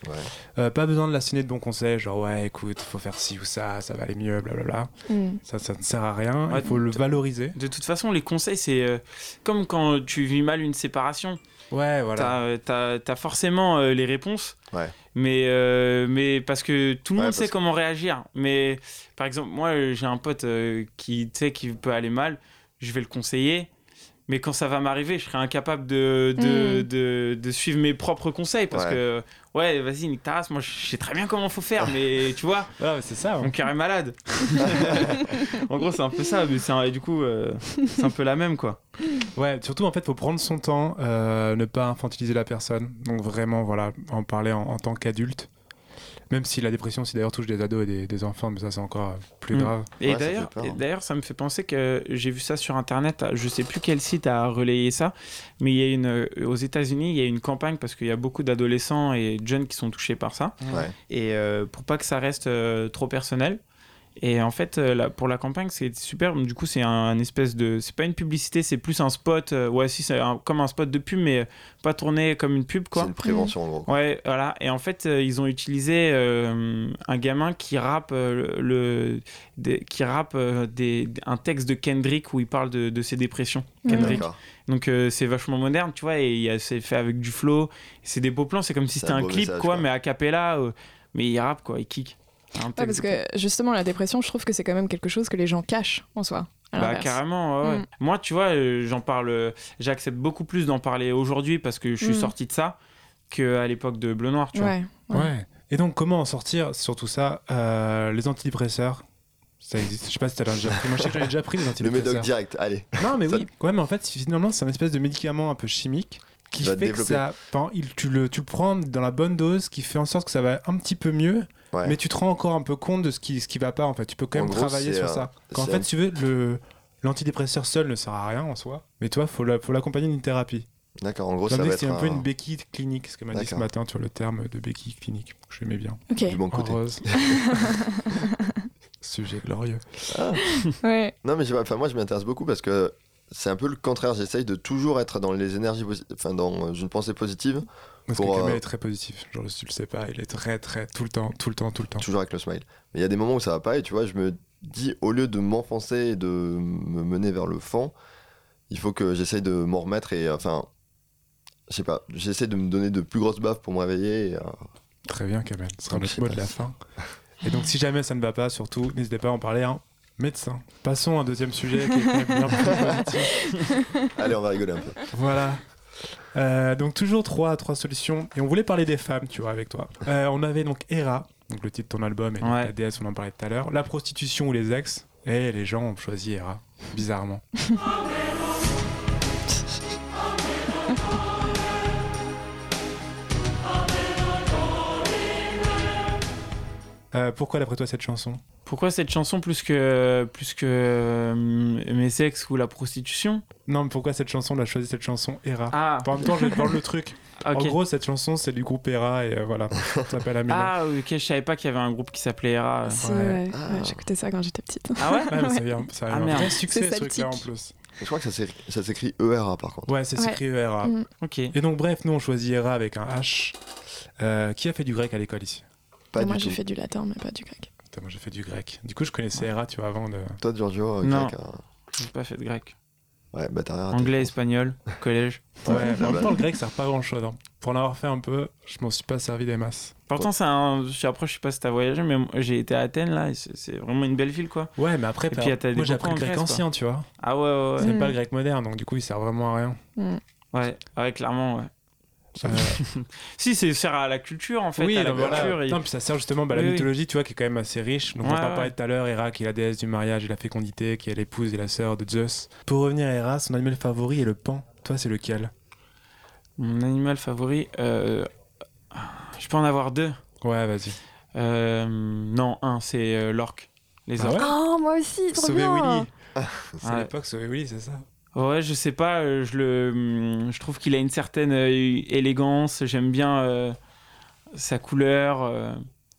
Ouais. Euh, pas besoin de l'asséner de bons conseils, genre ouais, écoute, faut faire ci ou ça, ça va aller mieux, blablabla. Mm. Ça, ça ne sert à rien. Ouais, Il faut le t- valoriser. De toute façon, les conseils, c'est euh, comme quand tu vis mal une séparation. Ouais, voilà. T'as, euh, t'as, t'as forcément euh, les réponses, Ouais. mais, euh, mais parce que tout le Ouais, monde parce sait que- comment réagir. Mais par exemple, moi, euh, j'ai un pote euh, qui, tu sais, qui peut aller mal, je vais le conseiller. Mais quand ça va m'arriver, je serai incapable de, de, Mm. de, de suivre mes propres conseils parce Ouais. que, ouais, vas-y, nique ta race, moi je sais très bien comment faut faire, mais tu vois, Voilà, mais c'est ça. hein. mon cœur est malade. En gros, c'est un peu ça, mais c'est un- et du coup, euh, c'est un peu la même, quoi. Ouais, surtout en fait, faut prendre son temps, euh, ne pas infantiliser la personne. Donc vraiment, voilà, en parler en, en tant qu'adulte. Même si la dépression, si d'ailleurs touche des ados et des, des enfants, mais ça c'est encore euh, plus Mm. grave. Et Ouais, ça d'ailleurs, fait peur, et hein. d'ailleurs, ça me fait penser que j'ai vu ça sur internet. Je sais plus quel site a relayé ça, mais il y a une euh, aux États-Unis, il y a une campagne parce qu'il y a beaucoup d'adolescents et de jeunes qui sont touchés par ça. Ouais. Et euh, pour pas que ça reste euh, trop personnel. Et en fait, euh, là, pour la campagne, c'est super. Du coup, c'est un, un espèce de. C'est pas une publicité, c'est plus un spot. euh, ouais, si, c'est un- comme un spot de pub, mais pas tourné comme une pub, quoi. C'est une prévention en gros. Ouais, voilà. Et en fait, euh, ils ont utilisé euh, un gamin qui rappe, euh, le, des- qui rappe euh, des, un texte de Kendrick où il parle de, de ses dépressions. Kendrick. D'accord. Donc euh, c'est vachement moderne, tu vois, et il y a- c'est fait avec du flow. C'est des beaux plans, c'est comme si C'est c'était un un beau clip, message, quoi, quoi. mais a cappella. euh, mais il rappe, quoi, il kick. Un Ouais, texte parce de- que justement, la dépression, je trouve que c'est quand même quelque chose que les gens cachent en soi. à Bah l'inverse. carrément, ouais, ouais. Mm. Moi, tu vois, euh, j'en parle, euh, j'accepte beaucoup plus d'en parler aujourd'hui parce que je suis Mm. sorti de ça qu'à l'époque de Bleu Noir, tu vois. Ouais, ouais. Ouais. Et donc, comment en sortir sur tout ça euh, Les antidépresseurs, ça existe. Je sais pas si t'as déjà pris. Moi, je sais que j'en ai déjà pris des Le antidépresseurs. médoc direct, allez. Non, mais Ça- oui. Ouais, mais en fait, finalement, c'est un espèce de médicament un peu chimique qui Va fait te que développer. ça. Enfin, il, tu, le, tu le prends dans la bonne dose, qui fait en sorte que ça va un petit peu mieux, Ouais. mais tu te rends encore un peu compte de ce qui, ce qui va pas, en fait. Tu peux quand En même gros, travailler c'est, sur euh, ça. Qu'en c'est fait, un- si tu veux, le, l'antidépresseur seul ne sert à rien en soi, mais toi, faut, la- faut l'accompagner d'une thérapie. D'accord, en gros, Ça ça me va dit que être c'est un peu un- une béquille clinique, ce que m'a dit ce D'accord. matin, tu vois, le terme de béquille clinique. J'aimais bien. Ok. du bon En côté. rose. Sujet glorieux. Ouais. Non, mais j'ai pas- enfin, moi, je m'intéresse beaucoup parce que c'est un peu le contraire. J'essaye de toujours être dans les énergies positives, enfin, dans une pensée positive, Parce Pour, que Kamel euh, est très positif. Genre, tu le sais pas, il est très, très, tout le temps, tout le temps, tout le temps. toujours avec le smile. Mais il y a des moments où ça va pas et tu vois, je me dis, au lieu de m'enfoncer et de me mener vers le fond, il faut que j'essaye de m'en remettre et enfin, je sais pas, j'essaie de me donner de plus grosses baffes pour me réveiller. Et, euh, Très bien, Kamel. Ce sera Donc, notre je sais mot pas de la si- fin. Et donc, si jamais ça ne va pas, surtout, n'hésitez pas à en parler à un médecin. Passons à un deuxième sujet qui est quand même bien plus positif. Allez, on va rigoler un peu. Voilà. Euh, donc toujours trois, trois solutions. Et on voulait parler des femmes, tu vois, avec toi. Euh, on avait donc Hera, donc le titre de ton album, et Ouais. la déesse, on en parlait tout à l'heure. La prostitution ou les ex. Et les gens ont choisi Hera, bizarrement. Euh, pourquoi d'après toi cette chanson? Pourquoi cette chanson plus que, plus que euh, mes sexes ou la prostitution? Non, mais pourquoi cette chanson? On a choisi cette chanson Hera. Ah, En même temps, je vais te vendre le truc. ok. En gros, cette chanson, c'est du groupe Hera et euh, voilà, ça s'appelle Amina. Ah, ok, je savais pas qu'il y avait un groupe qui s'appelait Hera. Si, Ouais. ouais, Ah. ouais, j'écoutais ça quand j'étais petite. Ah ouais? Ouais, mais ça vient, ça a eu Ah, un merde. vrai succès C'est ce truc-là en celtique. plus. Je crois que ça s'écrit, ça s'écrit E R A par contre. Ouais, c'est Ouais. écrit E R A. Mm. Ok. Et donc, bref, nous on choisit Hera avec un H. Euh, qui a fait du grec à l'école ici? Pas Moi, du j'ai tout. fait du latin, mais pas du grec. Putain, moi j'ai fait du grec. Du coup, je connaissais Hera, tu vois, avant de. Toi, Giorgio, euh, Non. grec, euh, J'ai pas fait de grec. ouais, bah t'as rien raté. Anglais, espagnol, collège. Ouais, Ouais, mais en bah, même temps, le grec sert pas grand chose. Pour en avoir fait un peu, je m'en suis pas servi des masses. Pourtant, c'est un. je sais- Après, je sais pas si t'as voyagé, mais moi, j'ai été à Athènes là, et c'est c'est vraiment une belle ville quoi. Ouais, mais après, Et par- puis, t'as des moi j'ai copains appris le en grec Grèce, ancien, tu vois. Ah ouais, ouais, C'est ouais. Mm. pas le grec moderne, donc du coup, il sert vraiment à rien. Mm. Ouais, ouais, clairement, ouais. Euh, Si, c'est sert à la culture en fait, oui, à la donc voilà. culture. et- Non, puis ça sert justement bah, à la Oui, oui. mythologie, tu vois, qui est quand même assez riche. Donc, Ouais, on t'a ouais. parlé tout à l'heure, Hera, qui est la déesse du mariage et la fécondité, qui est l'épouse et la sœur de Zeus. Pour revenir à Hera, son animal favori est le pan. Toi, c'est lequel? Mon animal favori, euh... je peux en avoir deux. Ouais, vas-y. Euh, Non, un, c'est euh, l'orque. Les Ah orques. ouais Oh, moi aussi, trop Sauver bien. Willy. C'est Ouais. l'époque Sauver Willy, c'est ça? Ouais, je sais pas, euh, je le, hum, je trouve qu'il a une certaine euh, élégance. J'aime bien euh, sa couleur. euh.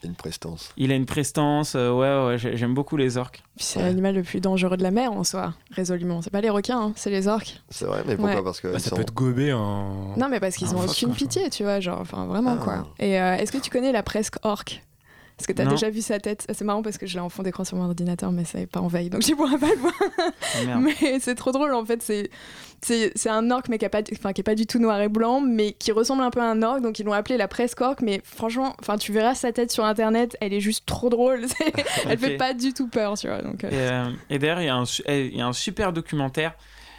Une prestance. Il a une prestance, euh, ouais, ouais, j'ai- j'aime beaucoup les orques. Puis c'est Ouais. l'animal le plus dangereux de la mer en soi, résolument. C'est pas les requins, hein, c'est les orques. C'est vrai, mais pourquoi Ouais. Parce que Bah, ils ça sont- peut te gober en. Non, mais parce qu'ils Ah, ont fuck, aucune quoi. pitié, tu vois, genre, enfin vraiment Ah. quoi. Et euh, est-ce que tu connais la presque orque? Est-ce que t'as Non. déjà vu sa tête? C'est marrant parce que je l'ai en fond d'écran sur mon ordinateur, mais c'est pas en veille, donc tu pourras pas le voir. Oh, merde. Mais c'est trop drôle en fait, c'est c'est c'est un orque mais qui a pas enfin qui est pas du tout noir et blanc mais qui ressemble un peu à un orque, donc ils l'ont appelé la presque orque, mais franchement, enfin tu verras sa tête sur internet, elle est juste trop drôle. C'est- elle fait Ok. pas du tout peur, tu vois. Donc euh, Et, euh, et d'ailleurs, il y, a un su- eh, il y a un super documentaire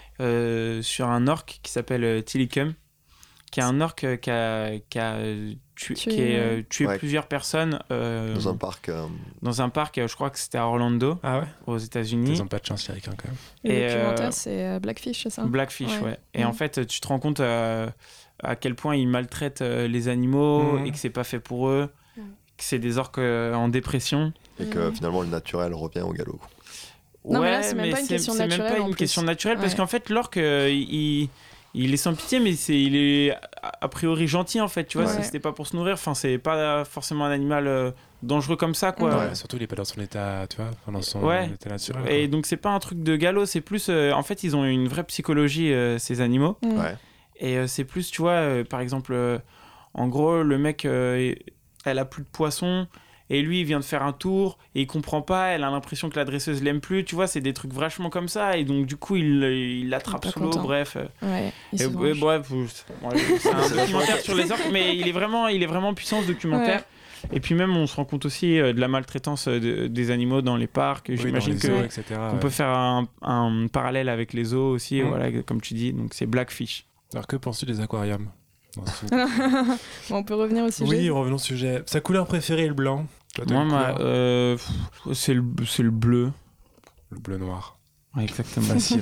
euh, sur un orque qui s'appelle euh, Tilikum, qui est un orque euh, qui a, qui a euh, tué, Tué, qui est, euh, ouais. tué Ouais. plusieurs personnes euh, dans un parc. euh, dans un parc, euh, je crois que c'était à Orlando, Ah ouais. aux États-Unis. Ils ont pas de chance, les ricains, quand même. le et, documentaire euh, c'est euh, Blackfish, c'est ça? Blackfish, ouais. Ouais. Et Mm. en fait, tu te rends compte euh, à quel point ils maltraitent euh, les animaux Mhm. et que c'est pas fait pour eux, Mm. que c'est des orques euh, en dépression. et que Mm. finalement le naturel revient au galop. Non, mais là, Ouais, c'est même pas une question c'est même naturelle, pas en une plus. question naturelle parce Ouais. qu'en fait, l'orque, euh, il, il est sans pitié, mais c'est, il est a a priori gentil en fait. Tu vois, Ouais. c'est- c'était pas pour se nourrir. Enfin, c'est pas forcément un animal euh, dangereux comme ça, quoi. Ouais, surtout, il est pas dans son état, tu vois, enfin, dans son Ouais. état naturel. Et donc, c'est pas un truc de galop. C'est plus, euh, en fait, ils ont une vraie psychologie euh, ces animaux. Mm. Ouais. Et euh, c'est plus, tu vois, euh, par exemple, euh, en gros, le mec, euh, elle a plus de poissons. Et lui, il vient de faire un tour et il comprend pas. Elle a l'impression que la dresseuse l'aime plus. Tu vois, c'est des trucs vachement comme ça. Et donc, du coup, il il l'attrape Pas sous l'eau. content. Bref. Ouais, ils Et, se et vengent. bref, ouais, c'est un documentaire sur les orques, mais il est vraiment, il est vraiment puissant ce documentaire. Et puis même, on se rend compte aussi euh, de la maltraitance euh, de- des animaux dans les parcs. Oui, J'imagine dans que les zoos, et cetera, qu'on ouais. peut faire un, un parallèle avec les zoos aussi, Mhm. voilà, comme tu dis. Donc c'est Blackfish. Alors, que penses-tu des aquariums dans ce- Bon, on peut revenir au sujet. Oui, revenons au sujet. Sa couleur préférée est le blanc. Toi, t'as Moi, une ma- couleur euh, pff, c'est le, c'est le bleu. Le bleu-noir. Ouais, exactement. Facile.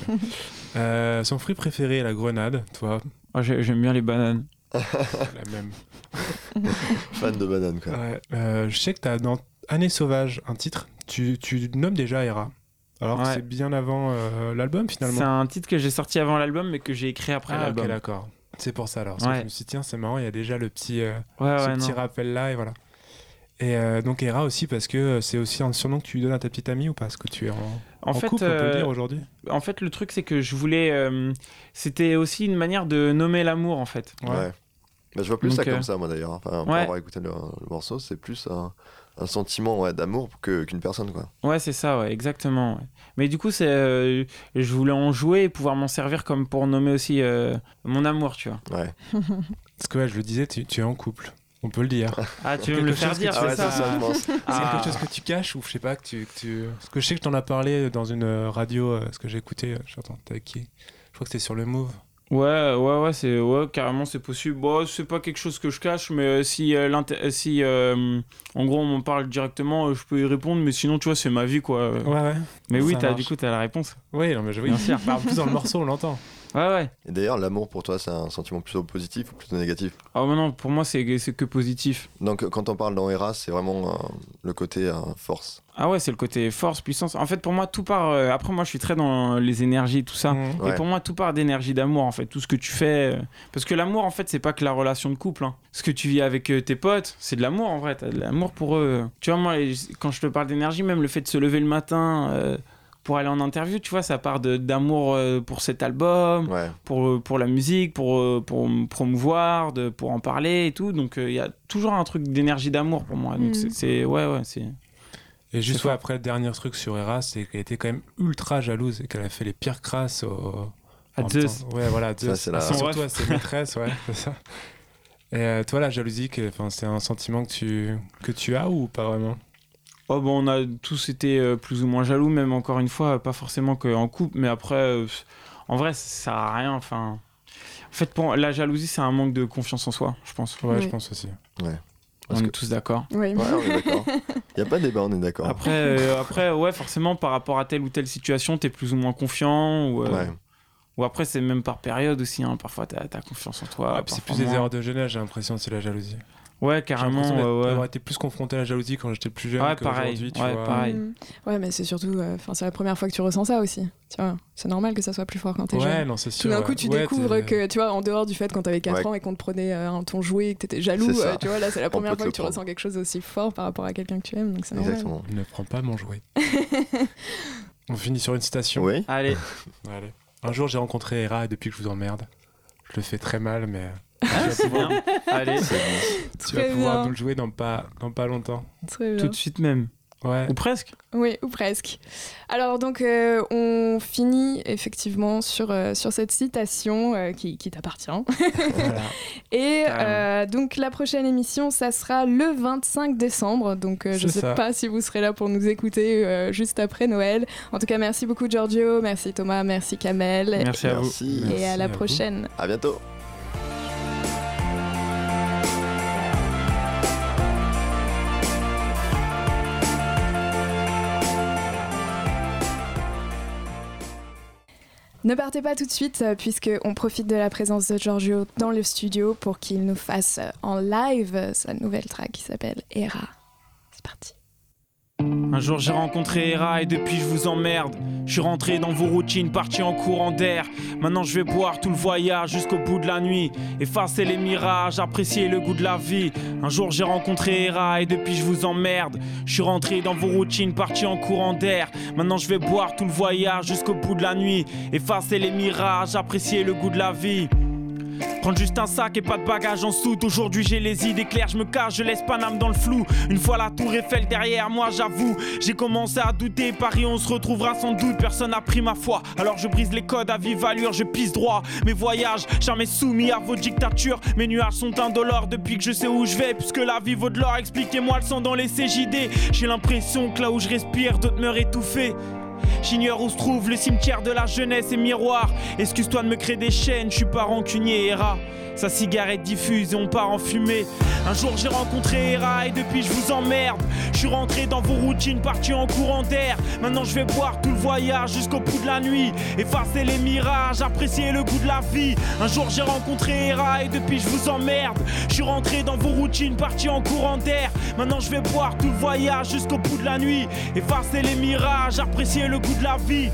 Euh, son fruit préféré est la grenade, toi. Moi, j'ai- j'aime bien les bananes. La même. Fan de banane quoi. Ouais. Euh, je sais que tu as dans Année sauvage un titre. Tu, tu nommes déjà Hera. Alors que Ouais. c'est bien avant euh, l'album finalement. C'est un titre que j'ai sorti avant l'album, mais que j'ai écrit après Ah, l'album. ok, d'accord. C'est pour ça alors. Parce que Ouais. je me suis dit, tiens, c'est marrant, il y a déjà le petit, euh, Ouais, ce ouais, petit non. rappel là et voilà. Et euh, donc Hera aussi parce que euh, c'est aussi un surnom que tu lui donnes à ta petite amie ou pas? Parce que tu es en, En en fait, couple, on peut le euh, dire aujourd'hui. En fait, le truc, c'est que je voulais. euh, c'était aussi une manière de nommer l'amour, en fait. Ouais. Bah, je vois plus Donc, ça comme euh, ça moi d'ailleurs. Enfin, pour ouais. avoir écouté le, le morceau, c'est plus un, un sentiment ouais, d'amour que, qu'une personne quoi. Ouais, c'est ça, ouais, exactement. ouais. Mais du coup, c'est, euh, je voulais en jouer et pouvoir m'en servir comme pour nommer aussi euh, mon amour, tu vois. Ouais. Parce que ouais, je le disais, tu, tu es en couple. On peut le dire. Ah, tu veux me le Quelque faire chose que dire, tu- Ah ouais, c'est c'est ça ça je pense. C'est Ah. quelque chose que tu caches ou je sais pas que tu, que tu... Parce que je sais que t'en as parlé dans une euh, radio, euh, ce que j'ai écouté. euh, Je attends, t'es avec qui? Je crois que c'était sur le Move. Ouais, ouais, ouais, c'est, ouais, carrément, c'est possible. Bon, c'est pas quelque chose que je cache, mais euh, si, euh, l'inté- euh, si euh, en gros, on m'en parle directement, euh, je peux y répondre, mais sinon, tu vois, c'est ma vie, quoi. Ouais, ouais. Mais oui, Ça t'as, marche. du coup, t'as la réponse. Oui, non, mais je oui. Bien sûr. Bah, en plus, dans le morceau, on l'entend. Ouais, ouais. Et d'ailleurs, l'amour pour toi, c'est un sentiment plutôt positif ou plutôt négatif? Ah, mais non, pour moi, c'est, c'est que positif. Donc, quand on parle dans Hera, c'est vraiment euh, le côté euh, force. Ah ouais, c'est le côté force, puissance. En fait, pour moi, tout part. euh, après, moi, je suis très dans les énergies, tout ça. Mmh. Et Ouais. pour moi, tout part d'énergie d'amour, en fait. Tout ce que tu fais. euh, Parce que l'amour, en fait, c'est pas que la relation de couple. hein. Ce que tu vis avec euh, tes potes, c'est de l'amour, en vrai. T'as de l'amour pour eux. Tu vois, moi, quand je te parle d'énergie, même le fait de se lever le matin euh, pour aller en interview, tu vois, ça part de, d'amour euh, pour cet album, Ouais. pour, pour la musique, pour, euh, pour me promouvoir, de, pour en parler et tout. Donc, il y a toujours un truc d'énergie d'amour pour moi. Donc, Mm. c'est, c'est. Ouais, ouais, c'est. Et juste C'est ouais, fort. après, le dernier truc sur Hera, c'est qu'elle était quand même ultra jalouse et qu'elle a fait les pires crasses au... À en Zeus. temps- Ouais, voilà, Zeus. c'est la- Surtout Son à ref. ses maîtresses, ouais, c'est ça. Et euh, toi, la jalousie, que- enfin, c'est un sentiment que tu, que tu as ou pas vraiment? Oh bon, on a tous été euh, plus ou moins jaloux, même encore une fois, pas forcément qu'en couple, mais après, euh, en vrai, ça sert à rien. Enfin, en fait, pour la jalousie, c'est un manque de confiance en soi, je pense. Ouais, Oui. je pense aussi. On Parce est que- tous d'accord. Oui. Ouais, on est d'accord. Il n'y a pas de débat, on est d'accord. Après, euh, après, ouais, forcément, par rapport à telle ou telle situation, t'es plus ou moins confiant. Ou, euh, Ouais. ou après, c'est même par période aussi. Hein. Parfois, t'as as confiance en toi. Ah, puis c'est parfois plus des moins. erreurs de jeunesse, j'ai l'impression, c'est la jalousie. Ouais, J'ai carrément. l'impression d'être- Ouais, ouais. d'avoir été plus confronté à la jalousie quand j'étais plus jeune Ouais, pareil. qu'aujourd'hui, tu Ouais, vois. pareil. Mm. Ouais, mais c'est surtout, enfin, c'est la première fois que tu ressens ça aussi. Tu vois, c'est normal que ça soit plus fort quand t'es Ouais, jeune. non, c'est Tout sûr. d'un ouais. coup, tu Ouais, découvres t'es- que, tu vois, en dehors du fait quand t'avais quatre Ouais. ans et qu'on te prenait euh, un- ton jouet et que t'étais jaloux, C'est ça. euh, tu vois, là, c'est la On première peut te fois le que tu prendre. ressens quelque chose d'aussi fort par rapport à quelqu'un que tu aimes, donc c'est normal. Exactement. Ne prends pas mon jouet. On finit sur une citation. Oui. Allez. Allez. Un jour, j'ai rencontré Hera et depuis que je vous emmerde, je le fais très mal, mais Ah, c'est bien. Allez, C'est bon. tu vas Très pouvoir bien. nous le jouer dans pas, dans pas longtemps. Très bien. tout de suite même. Ouais. Ou presque. Oui, ou presque. Alors donc euh, on finit effectivement sur, euh, sur cette citation euh, qui, qui t'appartient. Voilà. Et Carrément. euh, donc la prochaine émission, ça sera le vingt-cinq décembre. Donc euh, je C'est sais ça. pas si vous serez là pour nous écouter euh, juste après Noël. En tout cas, merci beaucoup Giorgio, merci Thomas, merci Kamel. Merci à vous. Merci. Et à Merci la à vous. prochaine. À bientôt. Ne partez pas tout de suite euh, puisqu'on profite de la présence de Giorgio dans le studio pour qu'il nous fasse euh, en live euh, sa nouvelle track qui s'appelle Hera. C'est parti. Un jour j'ai rencontré Hera et depuis je vous emmerde. Je suis rentré dans vos routines, parti en courant d'air. Maintenant je vais boire tout le voyage jusqu'au bout de la nuit. Effacer les mirages, apprécier le goût de la vie. Un jour j'ai rencontré Hera et depuis je vous emmerde. Je suis rentré dans vos routines, parti en courant d'air. Maintenant je vais boire tout le voyage jusqu'au bout de la nuit. Effacer les mirages, apprécier le goût de la vie. Prendre juste un sac et pas de bagages en soute. Aujourd'hui j'ai les idées claires, je me cache, je laisse Paname dans le flou. Une fois la tour Eiffel derrière moi, j'avoue, j'ai commencé à douter. Paris on se retrouvera sans doute, personne n'a pris ma foi. Alors je brise les codes à vive allure, je pisse droit. Mes voyages, jamais soumis à vos dictatures. Mes nuages sont indolores depuis que je sais où je vais. Puisque la vie vaut de l'or, expliquez-moi le sang dans les C J D. J'ai l'impression que là où je respire, d'autres meurent étouffés. J'ignore où se trouve le cimetière de la jeunesse et miroir. Excuse-toi de me créer des chaînes, je suis pas rancunier. Hera, sa cigarette diffuse et on part en fumée. Un jour j'ai rencontré Hera et depuis je vous emmerde. Je suis rentré dans vos routines, parti en courant d'air. Maintenant je vais boire tout le voyage jusqu'au bout de la nuit. Effacer les mirages, apprécier le goût de la vie. Un jour j'ai rencontré Hera et depuis je vous emmerde. Je suis rentré dans vos routines, parti en courant d'air. Maintenant je vais boire tout le voyage jusqu'au bout de la nuit. Effacer les mirages, apprécier le goût de la vie.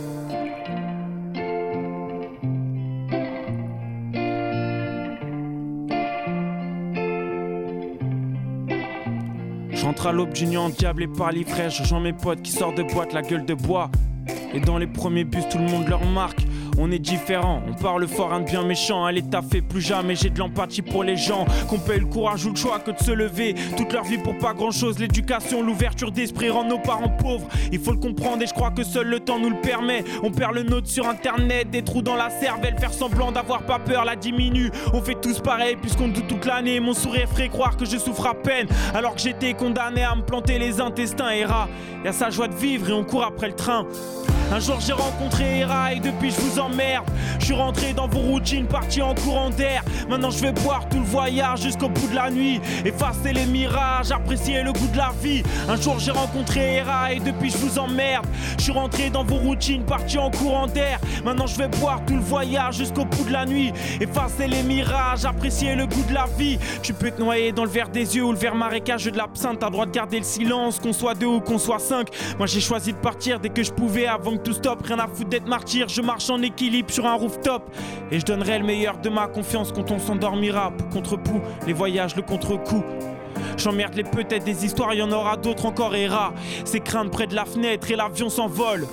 J'entre à l'aube du nuit endiablé par l'ivresse. Je rejoins mes potes qui sortent de boîte la gueule de bois. Et dans les premiers bus tout le monde leur marque. On est différents, on parle fort, un de bien méchant. À l'état fait plus jamais, j'ai de l'empathie pour les gens. Qu'on paye le courage ou le choix que de se lever. Toute leur vie pour pas grand chose, l'éducation, l'ouverture d'esprit rend nos parents pauvres. Il faut le comprendre et je crois que seul le temps nous le permet. On perd le nôtre sur internet, des trous dans la cervelle. Faire semblant d'avoir pas peur la diminue. On fait tous pareil puisqu'on doute toute l'année. Mon sourire ferait croire que je souffre à peine. Alors que j'étais condamné à me planter les intestins. Hera, y'a sa joie de vivre et on court après le train. Un jour j'ai rencontré Hera et depuis je vous emmerde. Je suis rentré dans vos routines, parti en courant d'air. Maintenant je vais boire tout le voyage jusqu'au bout de la nuit. Effacer les mirages, apprécier le goût de la vie. Un jour j'ai rencontré Hera et depuis je vous emmerde. Je suis rentré dans vos routines, parti en courant d'air. Maintenant je vais boire tout le voyage jusqu'au bout de la nuit. Effacer les mirages, apprécier le goût de la vie. Tu peux te noyer dans le verre des yeux ou le verre marécageux de l'absinthe. T'as le droit de garder le silence, qu'on soit deux ou qu'on soit cinq. Moi j'ai choisi de partir dès que je pouvais avant que tout stop. Rien à foutre d'être martyr, je marche en équilibre sur un rooftop. Et je donnerai le meilleur de ma confiance quand on s'endormira. Pour contre-pouls, les voyages, le contre-coup. J'emmerde les peut-être des histoires, y en aura d'autres encore. Hera, c'est craindre près de la fenêtre et l'avion s'envole.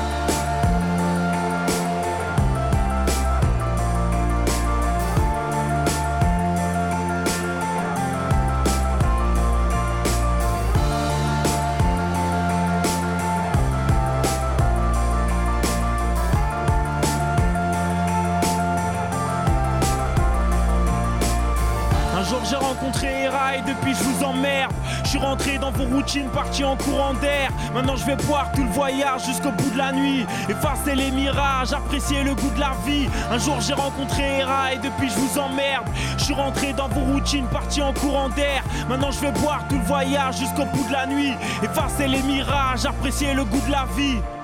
J'ai rencontré Hera et depuis je vous emmerde. Je suis rentré dans vos routines, parti en courant d'air. Maintenant je vais boire tout le voyage jusqu'au bout de la nuit. Effacer les mirages, apprécier le goût de la vie. Un jour j'ai rencontré Hera et depuis je vous emmerde. Je suis rentré dans vos routines, parti en courant d'air. Maintenant je vais boire tout le voyage jusqu'au bout de la nuit. Effacer les mirages, apprécier le goût de la vie.